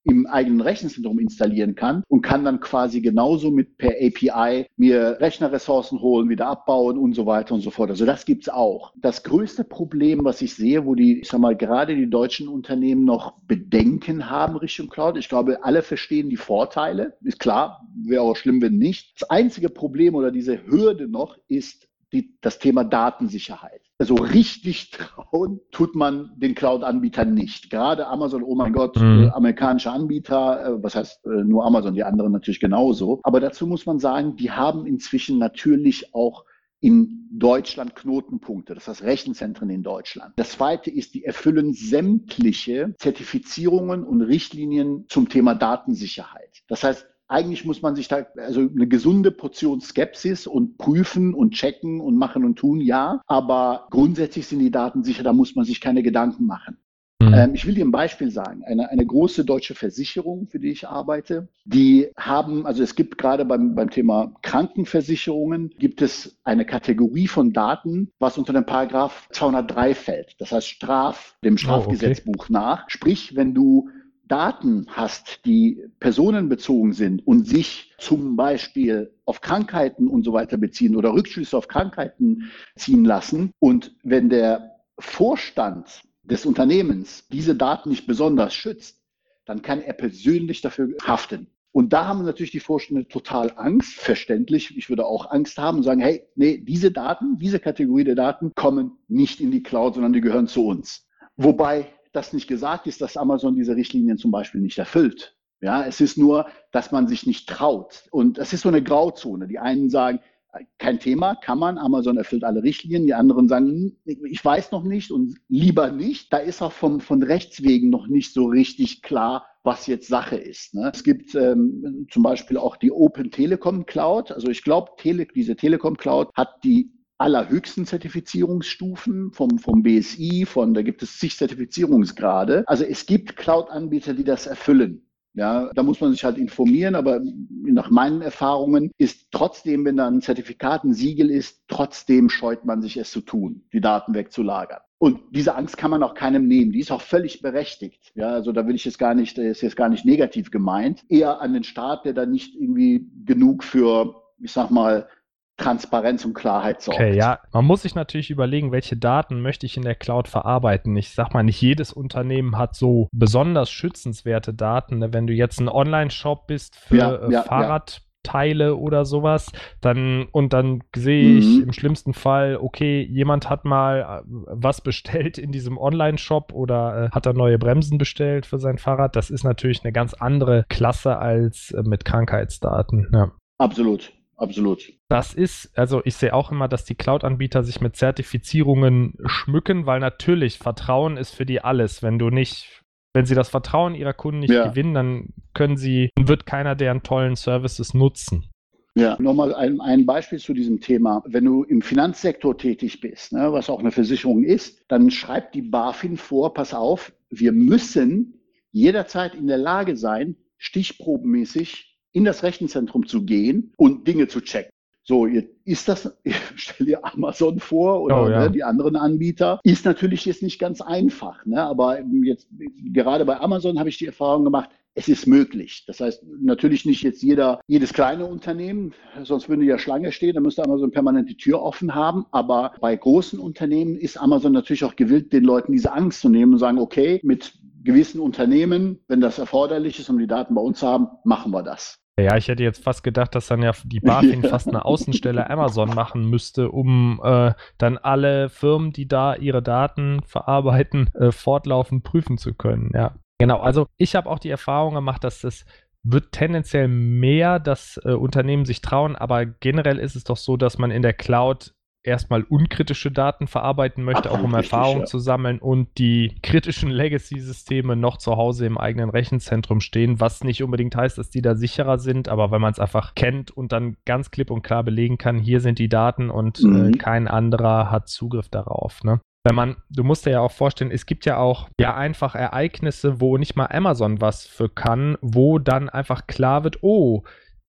im eigenen Rechenzentrum installieren kann und kann dann quasi genauso mit per A P I mir Rechnerressourcen holen, wieder abbauen und so weiter und so fort. Also das gibt's auch. Das größte Problem, was ich sehe, wo die, ich sag mal, gerade die deutschen Unternehmen noch Bedenken haben Richtung Cloud, ich glaube, alle verstehen die Vorteile. Ist klar, wäre auch schlimm, wenn nicht. Das einzige Problem oder diese Hürde noch ist die, das Thema Datensicherheit. Also richtig trauen tut man den Cloud-Anbietern nicht. Gerade Amazon, oh mein Gott, Mhm. äh, amerikanische Anbieter, äh, was heißt äh, nur Amazon, die anderen natürlich genauso. Aber dazu muss man sagen, die haben inzwischen natürlich auch in Deutschland Knotenpunkte, das heißt Rechenzentren in Deutschland. Das zweite ist, die erfüllen sämtliche Zertifizierungen und Richtlinien zum Thema Datensicherheit. Das heißt, eigentlich muss man sich da, also eine gesunde Portion Skepsis und prüfen und checken und machen und tun, ja. Aber grundsätzlich sind die Daten sicher, da muss man sich keine Gedanken machen. Mhm. Ähm, ich will dir ein Beispiel sagen. Eine, eine große deutsche Versicherung, für die ich arbeite, die haben, also es gibt gerade beim, beim Thema Krankenversicherungen, gibt es eine Kategorie von Daten, was unter den Paragraph zweihundertdrei fällt. Das heißt Straf, dem Strafgesetzbuch oh, okay. nach. Sprich, wenn du Daten hast, die personenbezogen sind und sich zum Beispiel auf Krankheiten und so weiter beziehen oder Rückschlüsse auf Krankheiten ziehen lassen und wenn der Vorstand des Unternehmens diese Daten nicht besonders schützt, dann kann er persönlich dafür haften. Und da haben natürlich die Vorstände total Angst, verständlich. Ich würde auch Angst haben und sagen, hey, nee, diese Daten, diese Kategorie der Daten kommen nicht in die Cloud, sondern die gehören zu uns. Wobei das nicht gesagt ist, dass Amazon diese Richtlinien zum Beispiel nicht erfüllt. Ja, es ist nur, dass man sich nicht traut. Und das ist so eine Grauzone. Die einen sagen, kein Thema, kann man, Amazon erfüllt alle Richtlinien. Die anderen sagen, ich weiß noch nicht und lieber nicht. Da ist auch vom, von Rechts wegen noch nicht so richtig klar, was jetzt Sache ist. Ne? Es gibt ähm, zum Beispiel auch die Open Telekom Cloud. Also ich glaube, Tele, diese Telekom Cloud hat die allerhöchsten Zertifizierungsstufen vom, vom B S I, von, da gibt es zig Zertifizierungsgrade. Also es gibt Cloud-Anbieter, die das erfüllen. Ja, da muss man sich halt informieren, aber nach meinen Erfahrungen ist trotzdem, wenn da ein Zertifikat, ein Siegel ist, trotzdem scheut man sich es zu tun, die Daten wegzulagern. Und diese Angst kann man auch keinem nehmen. Die ist auch völlig berechtigt. Ja, also da will ich jetzt gar nicht, ist jetzt gar nicht negativ gemeint. Eher an den Staat, der da nicht irgendwie genug für, ich sag mal, Transparenz und Klarheit sorgt. Okay, ja, man muss sich natürlich überlegen, welche Daten möchte ich in der Cloud verarbeiten. Ich sag mal, nicht jedes Unternehmen hat so besonders schützenswerte Daten. Wenn du jetzt ein Online-Shop bist für ja, ja, Fahrradteile ja. oder sowas, dann und dann sehe ich mhm. im schlimmsten Fall, okay, jemand hat mal was bestellt in diesem Online-Shop oder äh, hat da neue Bremsen bestellt für sein Fahrrad. Das ist natürlich eine ganz andere Klasse als äh, mit Krankheitsdaten. Ja. Absolut. Absolut. Das ist, also ich sehe auch immer, dass die Cloud-Anbieter sich mit Zertifizierungen schmücken, weil natürlich Vertrauen ist für die alles. Wenn du nicht, wenn sie das Vertrauen ihrer Kunden nicht ja. gewinnen, dann können sie, wird keiner deren tollen Services nutzen. Ja, nochmal ein, ein Beispiel zu diesem Thema. Wenn du im Finanzsektor tätig bist, ne, was auch eine Versicherung ist, dann schreibt die BaFin vor, pass auf, wir müssen jederzeit in der Lage sein, stichprobenmäßig in das Rechenzentrum zu gehen und Dinge zu checken. So, ist das, stell dir Amazon vor oder oh, ja. ne, die anderen Anbieter, ist natürlich jetzt nicht ganz einfach, ne? Aber jetzt gerade bei Amazon habe ich die Erfahrung gemacht, es ist möglich. Das heißt, natürlich nicht jetzt jeder, jedes kleine Unternehmen, sonst würde ja Schlange stehen, dann müsste Amazon permanent die Tür offen haben. Aber bei großen Unternehmen ist Amazon natürlich auch gewillt, den Leuten diese Angst zu nehmen und sagen, okay, mit gewissen Unternehmen, wenn das erforderlich ist, um die Daten bei uns zu haben, machen wir das. Ja, ich hätte jetzt fast gedacht, dass dann ja die BaFin ja. fast eine Außenstelle Amazon machen müsste, um äh, dann alle Firmen, die da ihre Daten verarbeiten, äh, fortlaufend prüfen zu können. Ja, genau. Also ich habe auch die Erfahrung gemacht, dass das wird tendenziell mehr, dass äh, Unternehmen sich trauen, aber generell ist es doch so, dass man in der Cloud erstmal unkritische Daten verarbeiten möchte, Absolut auch um richtig, Erfahrung ja. zu sammeln und die kritischen Legacy-Systeme noch zu Hause im eigenen Rechenzentrum stehen, was nicht unbedingt heißt, dass die da sicherer sind, aber wenn man es einfach kennt und dann ganz klipp und klar belegen kann, hier sind die Daten und mhm. äh, kein anderer hat Zugriff darauf, ne? Wenn man, du musst dir ja auch vorstellen, es gibt ja auch ja einfach Ereignisse, wo nicht mal Amazon was für kann, wo dann einfach klar wird, oh,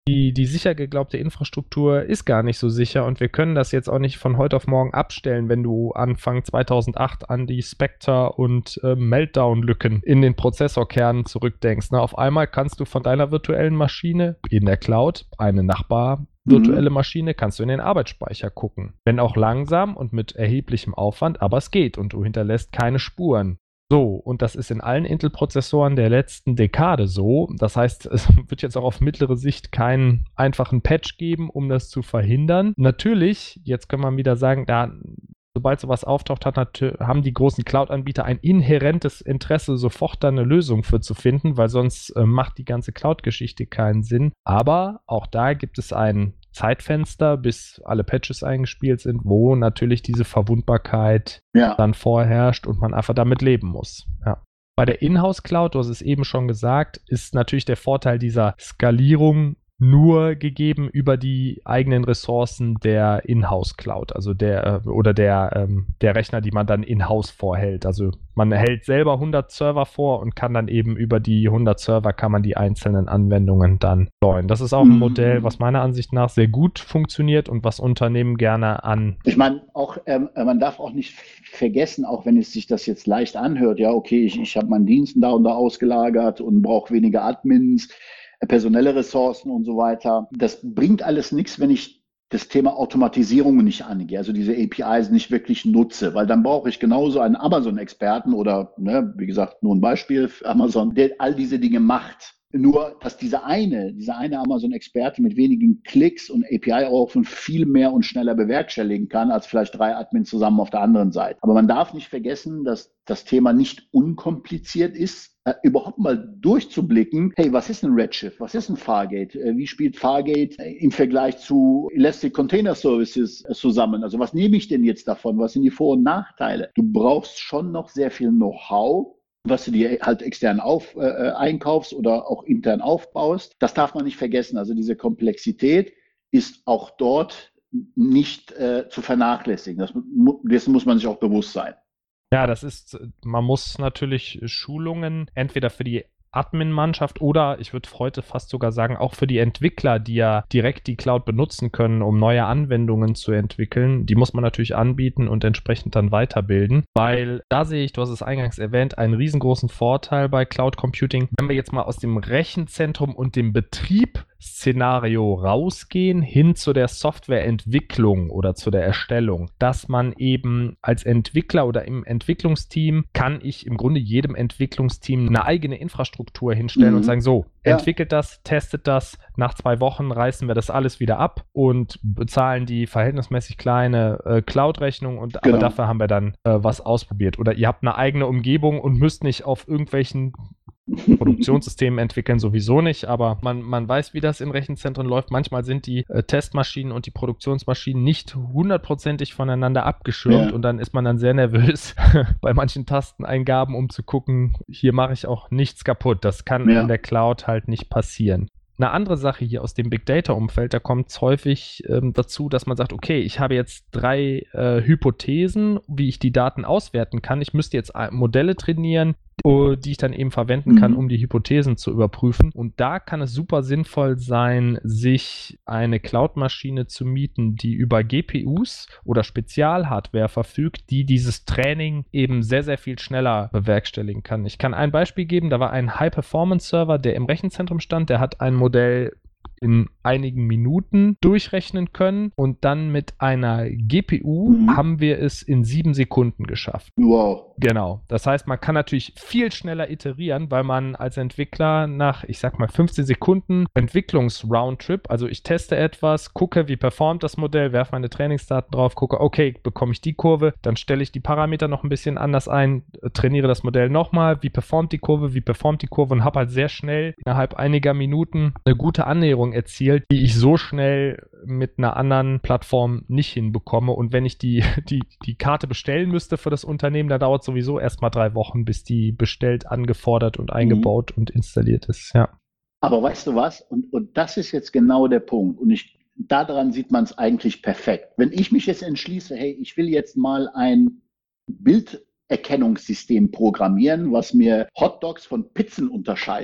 Die, die sicher geglaubte Infrastruktur ist gar nicht so sicher und wir können das jetzt auch nicht von heute auf morgen abstellen, wenn du Anfang zweitausendacht an die Spectre und äh, Meltdown-Lücken in den Prozessorkernen zurückdenkst. Na, auf einmal kannst du von deiner virtuellen Maschine in der Cloud eine Nachbar virtuelle Maschine, kannst du in den Arbeitsspeicher gucken. Wenn auch langsam und mit erheblichem Aufwand, aber es geht und du hinterlässt keine Spuren. So, und das ist in allen Intel-Prozessoren der letzten Dekade so. Das heißt, es wird jetzt auch auf mittlere Sicht keinen einfachen Patch geben, um das zu verhindern. Natürlich, jetzt kann man wieder sagen, da, sobald sowas auftaucht, hat, haben die großen Cloud-Anbieter ein inhärentes Interesse, sofort da eine Lösung für zu finden, weil sonst äh, macht die ganze Cloud-Geschichte keinen Sinn. Aber auch da gibt es ein Zeitfenster, bis alle Patches eingespielt sind, wo natürlich diese Verwundbarkeit ja. dann vorherrscht und man einfach damit leben muss. Ja. Bei der Inhouse-Cloud, du hast es eben schon gesagt, ist natürlich der Vorteil dieser Skalierung nur gegeben über die eigenen Ressourcen der Inhouse-Cloud, also der oder der, ähm, der Rechner, die man dann in-house vorhält. Also man hält selber hundert Server vor und kann dann eben über die hundert Server kann man die einzelnen Anwendungen dann deployen. Das ist auch ein Modell, was meiner Ansicht nach sehr gut funktioniert und was Unternehmen gerne an. Ich meine, auch ähm, man darf auch nicht vergessen, auch wenn es sich das jetzt leicht anhört, ja, okay, ich, ich habe meinen Dienst da und da ausgelagert und brauche weniger Admins, personelle Ressourcen und so weiter. Das bringt alles nichts, wenn ich das Thema Automatisierung nicht angehe, also diese A P Is nicht wirklich nutze, weil dann brauche ich genauso einen Amazon-Experten oder, ne, wie gesagt, nur ein Beispiel für Amazon, der all diese Dinge macht. Nur, dass dieser eine, dieser eine Amazon-Experte mit wenigen Klicks und A P I-Aufrufen viel mehr und schneller bewerkstelligen kann, als vielleicht drei Admins zusammen auf der anderen Seite. Aber man darf nicht vergessen, dass das Thema nicht unkompliziert ist, äh, überhaupt mal durchzublicken, hey, was ist ein Redshift, was ist ein Fargate, äh, wie spielt Fargate äh, im Vergleich zu Elastic Container Services äh, zusammen? Also was nehme ich denn jetzt davon, was sind die Vor- und Nachteile? Du brauchst schon noch sehr viel Know-how, was du dir halt extern auf, äh, einkaufst oder auch intern aufbaust. Das darf man nicht vergessen. Also diese Komplexität ist auch dort nicht äh, zu vernachlässigen. Das, dessen muss man sich auch bewusst sein. Ja, das ist, man muss natürlich Schulungen entweder für die Admin-Mannschaft oder ich würde heute fast sogar sagen, auch für die Entwickler, die ja direkt die Cloud benutzen können, um neue Anwendungen zu entwickeln, die muss man natürlich anbieten und entsprechend dann weiterbilden, weil da sehe ich, du hast es eingangs erwähnt, einen riesengroßen Vorteil bei Cloud Computing. Wenn wir jetzt mal aus dem Rechenzentrum und dem Betrieb Szenario rausgehen, hin zu der Softwareentwicklung oder zu der Erstellung, dass man eben als Entwickler oder im Entwicklungsteam kann ich im Grunde jedem Entwicklungsteam eine eigene Infrastruktur hinstellen mhm. und sagen, so, ja. entwickelt das, testet das, nach zwei Wochen reißen wir das alles wieder ab und bezahlen die verhältnismäßig kleine äh, Cloud-Rechnung und genau. aber dafür haben wir dann äh, was ausprobiert. Oder ihr habt eine eigene Umgebung und müsst nicht auf irgendwelchen Produktionssystemen entwickeln sowieso nicht, aber man, man weiß, wie das in Rechenzentren läuft. Manchmal sind die äh, Testmaschinen und die Produktionsmaschinen nicht hundertprozentig voneinander abgeschirmt ja. und dann ist man dann sehr nervös bei manchen Tasteneingaben, um zu gucken, hier mache ich auch nichts kaputt. Das kann ja. in der Cloud halt nicht passieren. Eine andere Sache hier aus dem Big Data-Umfeld, da kommt es häufig ähm, dazu, dass man sagt, okay, ich habe jetzt drei äh, Hypothesen, wie ich die Daten auswerten kann. Ich müsste jetzt Modelle trainieren, die ich dann eben verwenden kann, mhm. um die Hypothesen zu überprüfen. Und da kann es super sinnvoll sein, sich eine Cloud-Maschine zu mieten, die über G P Us oder Spezialhardware verfügt, die dieses Training eben sehr, sehr viel schneller bewerkstelligen kann. Ich kann ein Beispiel geben, da war ein High-Performance-Server, der im Rechenzentrum stand, der hat ein Modell in einigen Minuten durchrechnen können und dann mit einer G P U mhm. haben wir es in sieben Sekunden geschafft. Wow. Genau. Das heißt, man kann natürlich viel schneller iterieren, weil man als Entwickler nach, ich sag mal, fünfzehn Sekunden Entwicklungs-Roundtrip, also ich teste etwas, gucke, wie performt das Modell, werfe meine Trainingsdaten drauf, gucke, okay, bekomme ich die Kurve, dann stelle ich die Parameter noch ein bisschen anders ein, trainiere das Modell nochmal, wie performt die Kurve, wie performt die Kurve und habe halt sehr schnell innerhalb einiger Minuten eine gute Annäherung erzielt, die ich so schnell mit einer anderen Plattform nicht hinbekomme. Und wenn ich die, die, die Karte bestellen müsste für das Unternehmen, da dauert es sowieso erst mal drei Wochen, bis die bestellt, angefordert und eingebaut mhm. und installiert ist. Ja. Aber weißt du was? Und, und das ist jetzt genau der Punkt. Und ich, daran sieht man es eigentlich perfekt. Wenn ich mich jetzt entschließe, hey, ich will jetzt mal ein Bilderkennungssystem programmieren, was mir Hotdogs von Pizzen unterscheidet,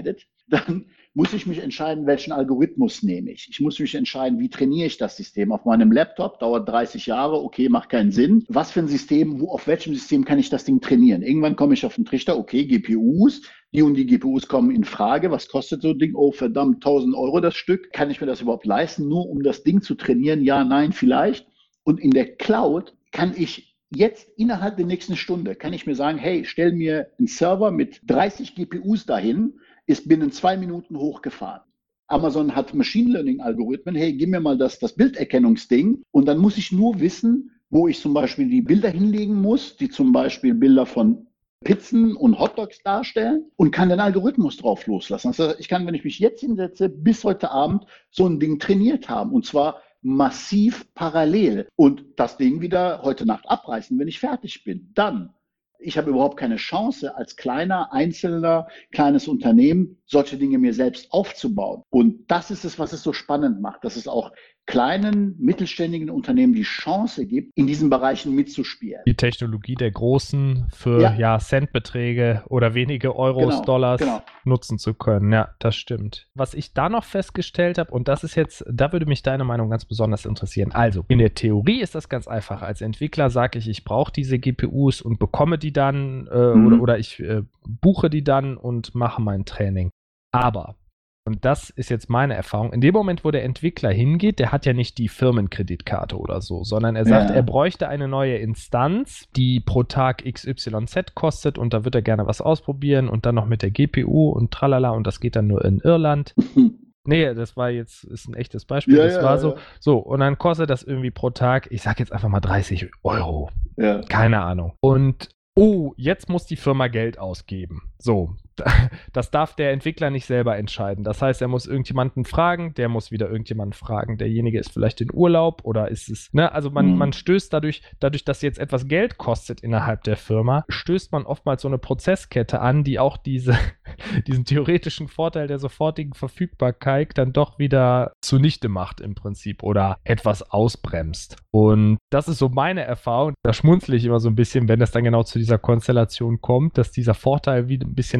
dann muss ich mich entscheiden, welchen Algorithmus nehme ich. Ich muss mich entscheiden, wie trainiere ich das System. Auf meinem Laptop dauert dreißig Jahre, okay, macht keinen Sinn. Was für ein System, wo, auf welchem System kann ich das Ding trainieren? Irgendwann komme ich auf den Trichter, okay, G P Us, die und die G P Us kommen in Frage. Was kostet so ein Ding? Oh, verdammt, tausend Euro das Stück. Kann ich mir das überhaupt leisten, nur um das Ding zu trainieren? Ja, nein, vielleicht. Und in der Cloud kann ich jetzt innerhalb der nächsten Stunde, kann ich mir sagen, hey, stell mir einen Server mit dreißig G P Us dahin, ist binnen zwei Minuten hochgefahren. Amazon hat Machine Learning Algorithmen. Hey, gib mir mal das, das Bilderkennungsding. Und dann muss ich nur wissen, wo ich zum Beispiel die Bilder hinlegen muss, die zum Beispiel Bilder von Pizzen und Hotdogs darstellen und kann den Algorithmus drauf loslassen. Also ich kann, wenn ich mich jetzt hinsetze, bis heute Abend so ein Ding trainiert haben. Und zwar massiv parallel. Und das Ding wieder heute Nacht abreißen, wenn ich fertig bin. Dann. Ich habe überhaupt keine Chance, als kleiner, einzelner, kleines Unternehmen solche Dinge mir selbst aufzubauen. Und das ist es, was es so spannend macht, dass es auch kleinen, mittelständigen Unternehmen die Chance gibt, in diesen Bereichen mitzuspielen. Die Technologie der Großen für ja. Ja, Centbeträge oder wenige Euros, genau, Dollars genau. nutzen zu können. Ja, das stimmt. Was ich da noch festgestellt habe, und das ist jetzt, da würde mich deine Meinung ganz besonders interessieren. Also, in der Theorie ist das ganz einfach. Als Entwickler sage ich, ich brauche diese G P Us und bekomme die dann äh, mhm. oder, oder ich äh, buche die dann und mache mein Training. Aber und das ist jetzt meine Erfahrung. In dem Moment, wo der Entwickler hingeht, der hat ja nicht die Firmenkreditkarte oder so, sondern er sagt, ja. er bräuchte eine neue Instanz, die pro Tag X Y Z kostet und da wird er gerne was ausprobieren und dann noch mit der G P U und tralala und das geht dann nur in Irland. Nee, das war jetzt, ist ein echtes Beispiel, ja, das ja, war ja. so. So, und dann kostet das irgendwie pro Tag, ich sag jetzt einfach mal dreißig Euro. Ja. Keine Ahnung. Und oh, jetzt muss die Firma Geld ausgeben. So, das darf der Entwickler nicht selber entscheiden. Das heißt, er muss irgendjemanden fragen, der muss wieder irgendjemanden fragen. Derjenige ist vielleicht in Urlaub oder ist es, ne, also man, mhm. man stößt dadurch, dadurch, dass jetzt etwas Geld kostet innerhalb der Firma, stößt man oftmals so eine Prozesskette an, die auch diese, diesen theoretischen Vorteil der sofortigen Verfügbarkeit dann doch wieder zunichte macht im Prinzip oder etwas ausbremst. Und das ist so meine Erfahrung. Da schmunzle ich immer so ein bisschen, wenn es dann genau zu dieser Konstellation kommt, dass dieser Vorteil wieder ein bisschen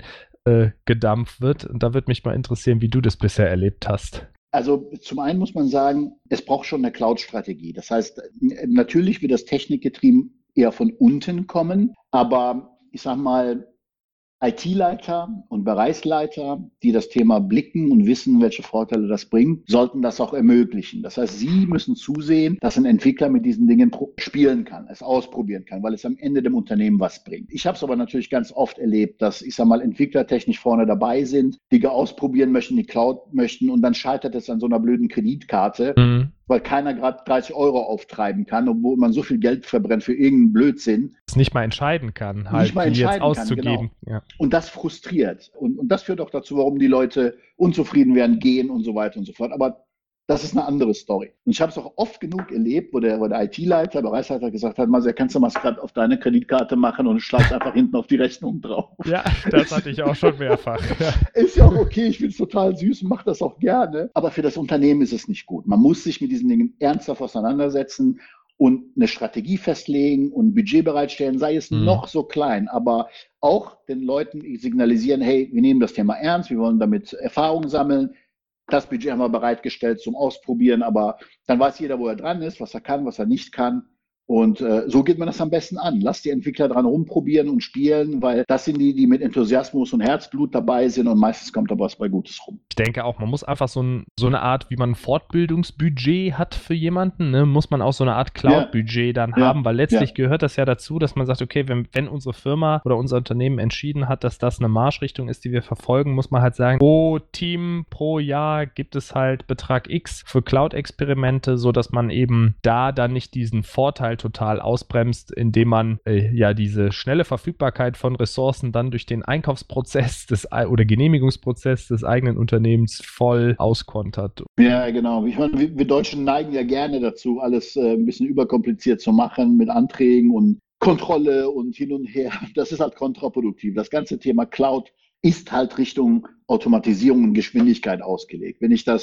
eingedampft wird. Und da würde mich mal interessieren, wie du das bisher erlebt hast. Also zum einen muss man sagen, es braucht schon eine Cloud-Strategie. Das heißt, natürlich wird das technikgetrieben eher von unten kommen, aber ich sag mal, I T-Leiter und Bereichsleiter, die das Thema blicken und wissen, welche Vorteile das bringt, sollten das auch ermöglichen. Das heißt, sie müssen zusehen, dass ein Entwickler mit diesen Dingen spielen kann, es ausprobieren kann, weil es am Ende dem Unternehmen was bringt. Ich habe es aber natürlich ganz oft erlebt, dass, ich sag mal, Entwickler technisch vorne dabei sind, Dinge ausprobieren möchten, die Cloud möchten und dann scheitert es an so einer blöden Kreditkarte. Mhm. Weil keiner gerade dreißig Euro auftreiben kann, obwohl man so viel Geld verbrennt für irgendeinen Blödsinn. Das nicht mal entscheiden kann, halt, nicht mal entscheiden die jetzt auszugeben. Kann, genau. Ja. Und das frustriert. Und, und das führt auch dazu, warum die Leute unzufrieden werden, gehen und so weiter und so fort. Aber das ist eine andere Story. Und ich habe es auch oft genug erlebt, wo der, wo der I T-Leiter, Bereichsleiter gesagt hat, Marcel, kannst du mal gerade auf deine Kreditkarte machen und schreibst einfach hinten auf die Rechnung drauf. Ja, das hatte ich auch schon mehrfach. Ja. Ist ja auch okay, ich finde es total süß und mache das auch gerne. Aber für das Unternehmen ist es nicht gut. Man muss sich mit diesen Dingen ernsthaft auseinandersetzen und eine Strategie festlegen und ein Budget bereitstellen, sei es mhm. noch so klein, aber auch den Leuten signalisieren, hey, wir nehmen das Thema ernst, wir wollen damit Erfahrung sammeln. Das Budget haben wir bereitgestellt zum Ausprobieren, aber dann weiß jeder, wo er dran ist, was er kann, was er nicht kann. Und äh, so geht man das am besten an. Lass die Entwickler dran rumprobieren und spielen, weil das sind die, die mit Enthusiasmus und Herzblut dabei sind und meistens kommt da was bei Gutes rum. Ich denke auch, man muss einfach so, ein, so eine Art, wie man ein Fortbildungsbudget hat für jemanden, ne, muss man auch so eine Art Cloud-Budget ja. dann ja. haben, weil letztlich ja. gehört das ja dazu, dass man sagt, okay, wenn, wenn unsere Firma oder unser Unternehmen entschieden hat, dass das eine Marschrichtung ist, die wir verfolgen, muss man halt sagen, pro Team, pro Jahr gibt es halt Betrag X für Cloud-Experimente, sodass man eben da dann nicht diesen Vorteil total ausbremst, indem man äh, ja diese schnelle Verfügbarkeit von Ressourcen dann durch den Einkaufsprozess des oder Genehmigungsprozess des eigenen Unternehmens voll auskontert. Ja, genau. Ich meine, wir, wir Deutschen neigen ja gerne dazu, alles äh, ein bisschen überkompliziert zu machen mit Anträgen und Kontrolle und hin und her. Das ist halt kontraproduktiv. Das ganze Thema Cloud ist halt Richtung Automatisierung und Geschwindigkeit ausgelegt. Wenn ich das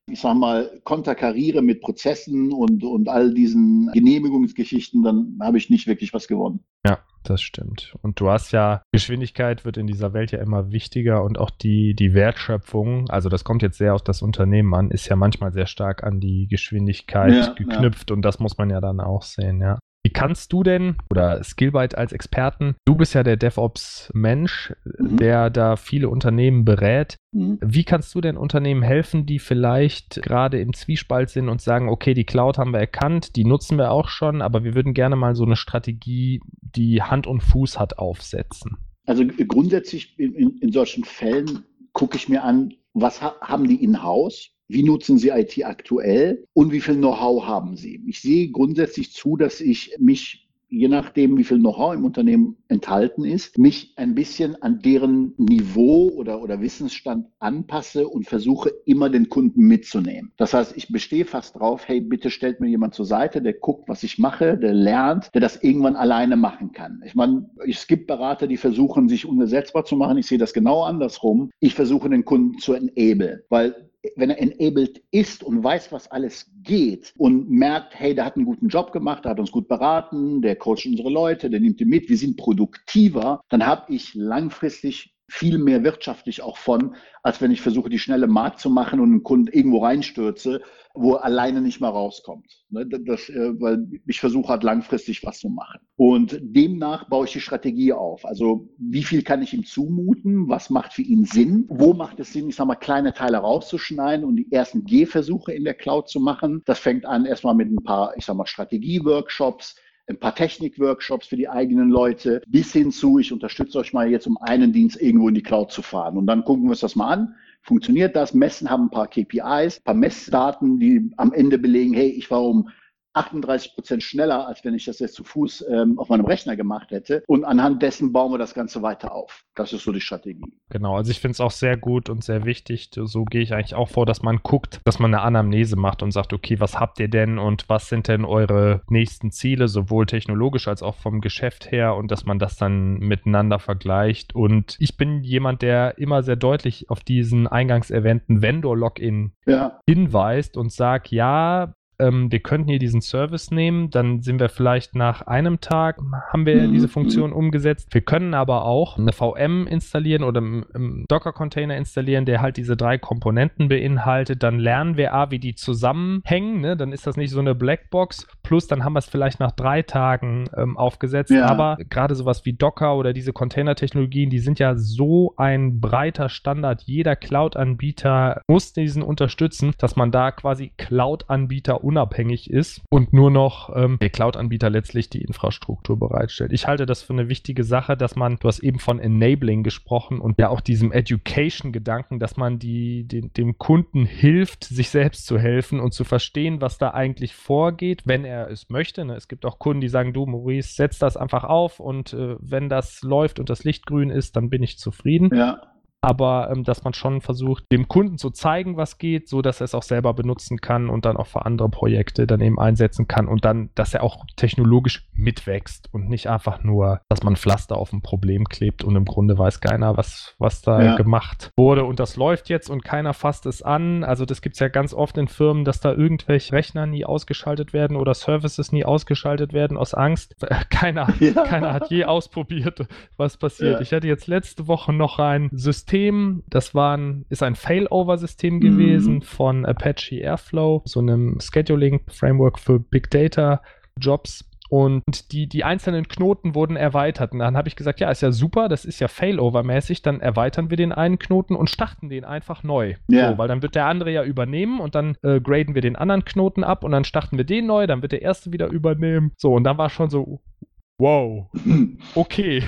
ich sag mal, konterkariere mit Prozessen und, und all diesen Genehmigungsgeschichten, dann habe ich nicht wirklich was gewonnen. Ja, das stimmt. Und du hast ja, Geschwindigkeit wird in dieser Welt ja immer wichtiger und auch die, die Wertschöpfung, also das kommt jetzt sehr auf das Unternehmen an, ist ja manchmal sehr stark an die Geschwindigkeit Ja, geknüpft, ja. Und das muss man ja dann auch sehen, ja. Wie kannst du denn, oder Skillbyte als Experten, du bist ja der DevOps-Mensch, mhm. der da viele Unternehmen berät. Mhm. Wie kannst du denn Unternehmen helfen, die vielleicht gerade im Zwiespalt sind und sagen, okay, die Cloud haben wir erkannt, die nutzen wir auch schon, aber wir würden gerne mal so eine Strategie, die Hand und Fuß hat, aufsetzen? Also grundsätzlich in, in, in solchen Fällen gucke ich mir an, was ha- haben die in-house? Wie nutzen sie I T aktuell und wie viel Know-how haben sie? Ich sehe grundsätzlich zu, dass ich mich, je nachdem, wie viel Know-how im Unternehmen enthalten ist, mich ein bisschen an deren Niveau oder, oder Wissensstand anpasse und versuche, immer den Kunden mitzunehmen. Das heißt, ich bestehe fast drauf, hey, bitte stellt mir jemand zur Seite, der guckt, was ich mache, der lernt, der das irgendwann alleine machen kann. Ich meine, es gibt Berater, die versuchen, sich unersetzbar zu machen. Ich sehe das genau andersrum. Ich versuche, den Kunden zu enablen, weil wenn er enabled ist und weiß, was alles geht und merkt, hey, der hat einen guten Job gemacht, der hat uns gut beraten, der coacht unsere Leute, der nimmt die mit, wir sind produktiver, dann habe ich langfristig viel mehr wirtschaftlich auch von, als wenn ich versuche, die schnelle Markt zu machen und einen Kunden irgendwo reinstürze, wo er alleine nicht mehr rauskommt. Das, weil ich versuche halt langfristig was zu machen. Und demnach baue ich die Strategie auf. Also wie viel kann ich ihm zumuten? Was macht für ihn Sinn? Wo macht es Sinn, ich sage mal, kleine Teile rauszuschneiden und die ersten Gehversuche in der Cloud zu machen? Das fängt an erstmal mit ein paar, ich sage mal, Strategie-Workshops, ein paar Technik-Workshops für die eigenen Leute, bis hin zu, ich unterstütze euch mal jetzt, um einen Dienst irgendwo in die Cloud zu fahren. Und dann gucken wir uns das mal an. Funktioniert das? Messen haben ein paar K P Is, ein paar Messdaten, die am Ende belegen, hey, ich war um achtunddreißig Prozent schneller, als wenn ich das jetzt zu Fuß ähm, auf meinem Rechner gemacht hätte. Und anhand dessen bauen wir das Ganze weiter auf. Das ist so die Strategie. Genau, also ich finde es auch sehr gut und sehr wichtig. So gehe ich eigentlich auch vor, dass man guckt, dass man eine Anamnese macht und sagt, okay, was habt ihr denn und was sind denn eure nächsten Ziele, sowohl technologisch als auch vom Geschäft her, und dass man das dann miteinander vergleicht. Und ich bin jemand, der immer sehr deutlich auf diesen eingangs erwähnten Vendor-Login ja. hinweist und sagt, ja, wir könnten hier diesen Service nehmen, dann sind wir vielleicht nach einem Tag, haben wir diese Funktion umgesetzt. Wir können aber auch eine V M installieren oder einen Docker-Container installieren, der halt diese drei Komponenten beinhaltet. Dann lernen wir A, wie die zusammenhängen, ne? Dann ist das nicht so eine Blackbox. Plus, dann haben wir es vielleicht nach drei Tagen ähm, aufgesetzt. Ja. Aber gerade sowas wie Docker oder diese Container-Technologien, die sind ja so ein breiter Standard. Jeder Cloud-Anbieter muss diesen unterstützen, dass man da quasi Cloud-Anbieter unabhängig ist und nur noch ähm, der Cloud-Anbieter letztlich die Infrastruktur bereitstellt. Ich halte das für eine wichtige Sache, dass man, du hast eben von Enabling gesprochen und ja auch diesem Education-Gedanken, dass man die, den, dem Kunden hilft, sich selbst zu helfen und zu verstehen, was da eigentlich vorgeht, wenn er es möchte. Ne? Es gibt auch Kunden, die sagen, du Maurice, setz das einfach auf und äh, wenn das läuft und das Licht grün ist, dann bin ich zufrieden. Ja. Aber ähm, dass man schon versucht, dem Kunden zu zeigen, was geht, so dass er es auch selber benutzen kann und dann auch für andere Projekte dann eben einsetzen kann und dann, dass er auch technologisch mitwächst und nicht einfach nur, dass man Pflaster auf ein Problem klebt und im Grunde weiß keiner, was, was da ja. gemacht wurde und das läuft jetzt und keiner fasst es an. Also das gibt es ja ganz oft in Firmen, dass da irgendwelche Rechner nie ausgeschaltet werden oder Services nie ausgeschaltet werden aus Angst. Keiner, ja. keiner hat je ausprobiert, was passiert. Ja. Ich hatte jetzt letzte Woche noch ein System, das war ein, ist ein Failover-System gewesen mhm. von Apache Airflow, so einem Scheduling-Framework für Big Data-Jobs. Und die, die einzelnen Knoten wurden erweitert. Und dann habe ich gesagt, ja, ist ja super, das ist ja Failover-mäßig, dann erweitern wir den einen Knoten und starten den einfach neu. Ja. So, weil dann wird der andere ja übernehmen und dann äh, graden wir den anderen Knoten ab und dann starten wir den neu, dann wird der erste wieder übernehmen. So, und dann war schon so, wow, okay.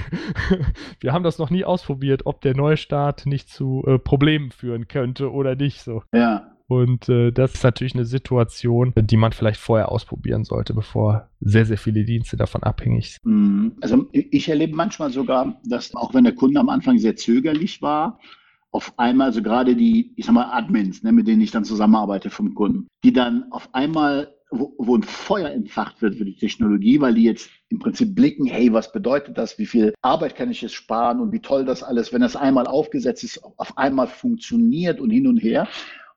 Wir haben das noch nie ausprobiert, ob der Neustart nicht zu äh, Problemen führen könnte oder nicht so. Ja. Und äh, das ist natürlich eine Situation, die man vielleicht vorher ausprobieren sollte, bevor sehr, sehr viele Dienste davon abhängig sind. Also ich erlebe manchmal sogar, dass auch wenn der Kunde am Anfang sehr zögerlich war, auf einmal, also gerade die, ich sag mal, Admins, ne, mit denen ich dann zusammenarbeite vom Kunden, die dann auf einmal Wo, wo ein Feuer entfacht wird für die Technologie, weil die jetzt im Prinzip blicken, hey, was bedeutet das, wie viel Arbeit kann ich jetzt sparen und wie toll das alles, wenn das einmal aufgesetzt ist, auf einmal funktioniert und hin und her.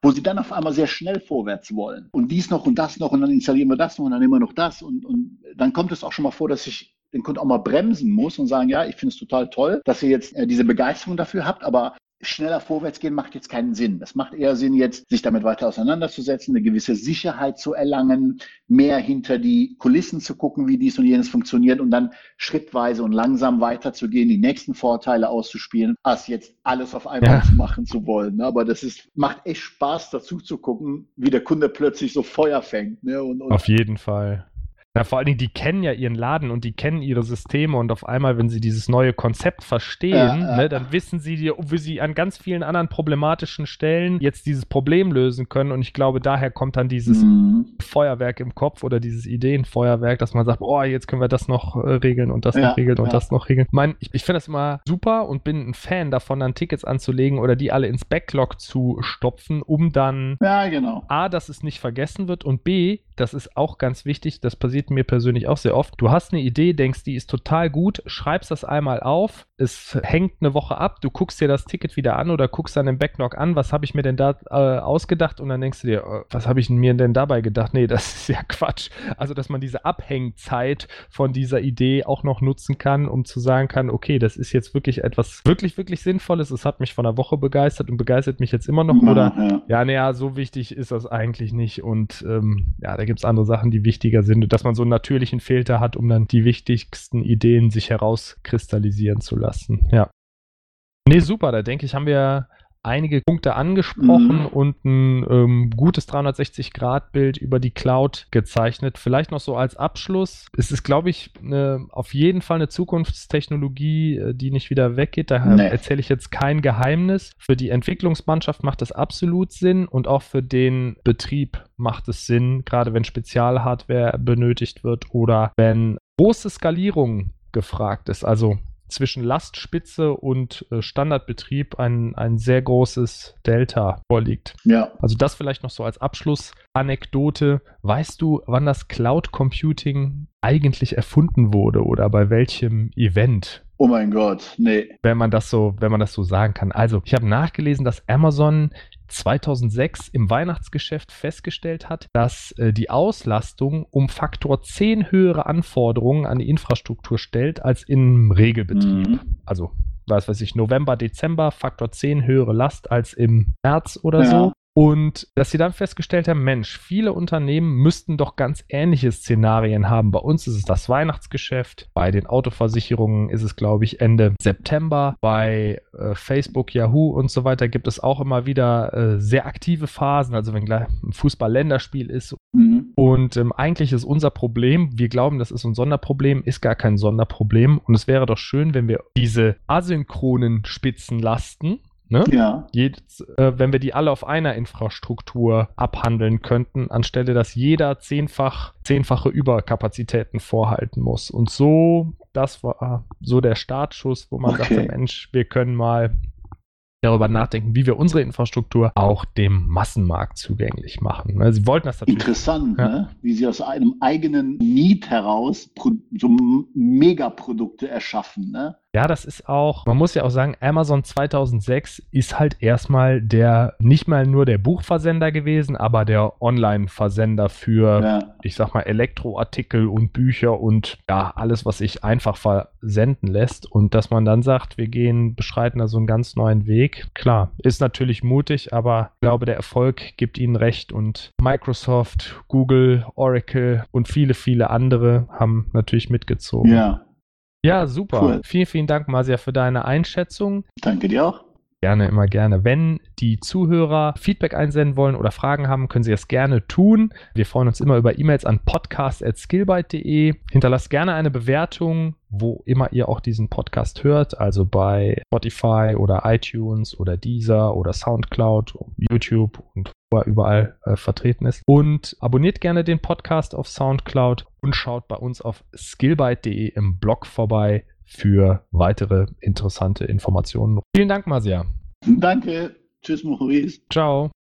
wo sie dann auf einmal sehr schnell vorwärts wollen. Und dies noch und das noch und dann installieren wir das noch und dann nehmen wir noch das. Und, und dann kommt es auch schon mal vor, dass ich den Kunden auch mal bremsen muss und sagen, ja, ich finde es total toll, dass ihr jetzt äh, diese Begeisterung dafür habt, aber schneller vorwärts gehen macht jetzt keinen Sinn. Es macht eher Sinn, jetzt sich damit weiter auseinanderzusetzen, eine gewisse Sicherheit zu erlangen, mehr hinter die Kulissen zu gucken, wie dies und jenes funktioniert und dann schrittweise und langsam weiterzugehen, die nächsten Vorteile auszuspielen, als jetzt alles auf einmal Ja. machen zu wollen. Aber das ist, macht echt Spaß, dazu zu gucken, wie der Kunde plötzlich so Feuer fängt. Ne? Und, und Auf jeden Fall. Na, vor allen Dingen, die kennen ja ihren Laden und die kennen ihre Systeme und auf einmal, wenn sie dieses neue Konzept verstehen, Ja, ja. ne, dann wissen sie, wie sie an ganz vielen anderen problematischen Stellen jetzt dieses Problem lösen können und ich glaube, daher kommt dann dieses Mhm. Feuerwerk im Kopf oder dieses Ideenfeuerwerk, dass man sagt, oh, jetzt können wir das noch äh, regeln und das Ja, noch regeln und ja. das noch regeln. Ich meine, ich, ich finde das immer super und bin ein Fan davon, dann Tickets anzulegen oder die alle ins Backlog zu stopfen, um dann Ja, genau. A, dass es nicht vergessen wird und B, das ist auch ganz wichtig, das passiert mir persönlich auch sehr oft. Du hast eine Idee, denkst, die ist total gut, schreibst das einmal auf, es hängt eine Woche ab, du guckst dir das Ticket wieder an oder guckst dann im Backlog an, was habe ich mir denn da äh, ausgedacht und dann denkst du dir, äh, was habe ich mir denn dabei gedacht? Nee, das ist ja Quatsch. Also, dass man diese Abhängzeit von dieser Idee auch noch nutzen kann, um zu sagen kann, okay, das ist jetzt wirklich etwas wirklich, wirklich Sinnvolles, es hat mich vor einer Woche begeistert und begeistert mich jetzt immer noch Ja, oder ja. ja, naja, so wichtig ist das eigentlich nicht und ähm, ja, da gibt es andere Sachen, die wichtiger sind, dass man so einen natürlichen Filter hat, um dann die wichtigsten Ideen sich herauskristallisieren zu lassen. Ja. Nee, super, da denke ich, haben wir einige Punkte angesprochen Mhm. und ein ähm, gutes dreihundertsechzig-Grad-Bild über die Cloud gezeichnet. Vielleicht noch so als Abschluss. Es ist, glaube ich, eine, auf jeden Fall eine Zukunftstechnologie, äh, die nicht wieder weggeht. Daher Nee. erzähle ich jetzt kein Geheimnis. Für die Entwicklungsmannschaft macht es absolut Sinn und auch für den Betrieb macht es Sinn, gerade wenn Spezialhardware benötigt wird oder wenn große Skalierung gefragt ist. Also zwischen Lastspitze und äh, Standardbetrieb ein, ein sehr großes Delta vorliegt. Ja. Also das vielleicht noch so als Abschlussanekdote. Weißt du, wann das Cloud Computing eigentlich erfunden wurde oder bei welchem Event? Oh mein Gott, nee. Wenn man das so, wenn man das so sagen kann. Also, ich habe nachgelesen, dass Amazon zweitausendsechs im Weihnachtsgeschäft festgestellt hat, dass äh, die Auslastung um Faktor zehn höhere Anforderungen an die Infrastruktur stellt als im Regelbetrieb. Mhm. Also, was weiß ich, November, Dezember, Faktor zehn höhere Last als im März oder Ja. so. Und dass sie dann festgestellt haben, Mensch, viele Unternehmen müssten doch ganz ähnliche Szenarien haben. Bei uns ist es das Weihnachtsgeschäft, bei den Autoversicherungen ist es, glaube ich, Ende September, bei äh, Facebook, Yahoo und so weiter gibt es auch immer wieder äh, sehr aktive Phasen, also wenn gleich ein Fußball-Länderspiel ist. Mhm. Und ähm, eigentlich ist unser Problem, wir glauben, das ist ein Sonderproblem, ist gar kein Sonderproblem. Und es wäre doch schön, wenn wir diese asynchronen Spitzenlasten, ne? Ja. Jedes, äh, wenn wir die alle auf einer Infrastruktur abhandeln könnten, anstelle dass jeder zehnfach, zehnfache Überkapazitäten vorhalten muss. Und so, das war so der Startschuss, wo man Okay. sagte, Mensch, wir können mal darüber nachdenken, wie wir unsere Infrastruktur auch dem Massenmarkt zugänglich machen. Ne, sie wollten das natürlich. Interessant, Ja. ne? Wie sie aus einem eigenen Need heraus Pro so M- Megaprodukte erschaffen. Ne? Ja, das ist auch, man muss ja auch sagen, Amazon zweitausendsechs ist halt erstmal der, nicht mal nur der Buchversender gewesen, aber der Online-Versender für, Ja. ich sag mal, Elektroartikel und Bücher und ja, alles, was sich einfach versenden lässt. Und dass man dann sagt, wir gehen, beschreiten da so einen ganz neuen Weg. Klar, ist natürlich mutig, aber ich glaube, der Erfolg gibt ihnen recht und Microsoft, Google, Oracle und viele, viele andere haben natürlich mitgezogen. Ja. Ja, super. Cool. Vielen, vielen Dank, Marcia, für deine Einschätzung. Danke dir auch. Gerne, immer gerne. Wenn die Zuhörer Feedback einsenden wollen oder Fragen haben, können sie das gerne tun. Wir freuen uns immer über E-Mails an podcast at skillbyte punkt de. Hinterlasst gerne eine Bewertung, wo immer ihr auch diesen Podcast hört, also bei Spotify oder iTunes oder Deezer oder Soundcloud, YouTube und wo er überall äh, vertreten ist. Und abonniert gerne den Podcast auf Soundcloud und schaut bei uns auf skillbyte punkt de im Blog vorbei für weitere interessante Informationen. Vielen Dank, Marcia. Danke. Tschüss, Maurice. Ciao.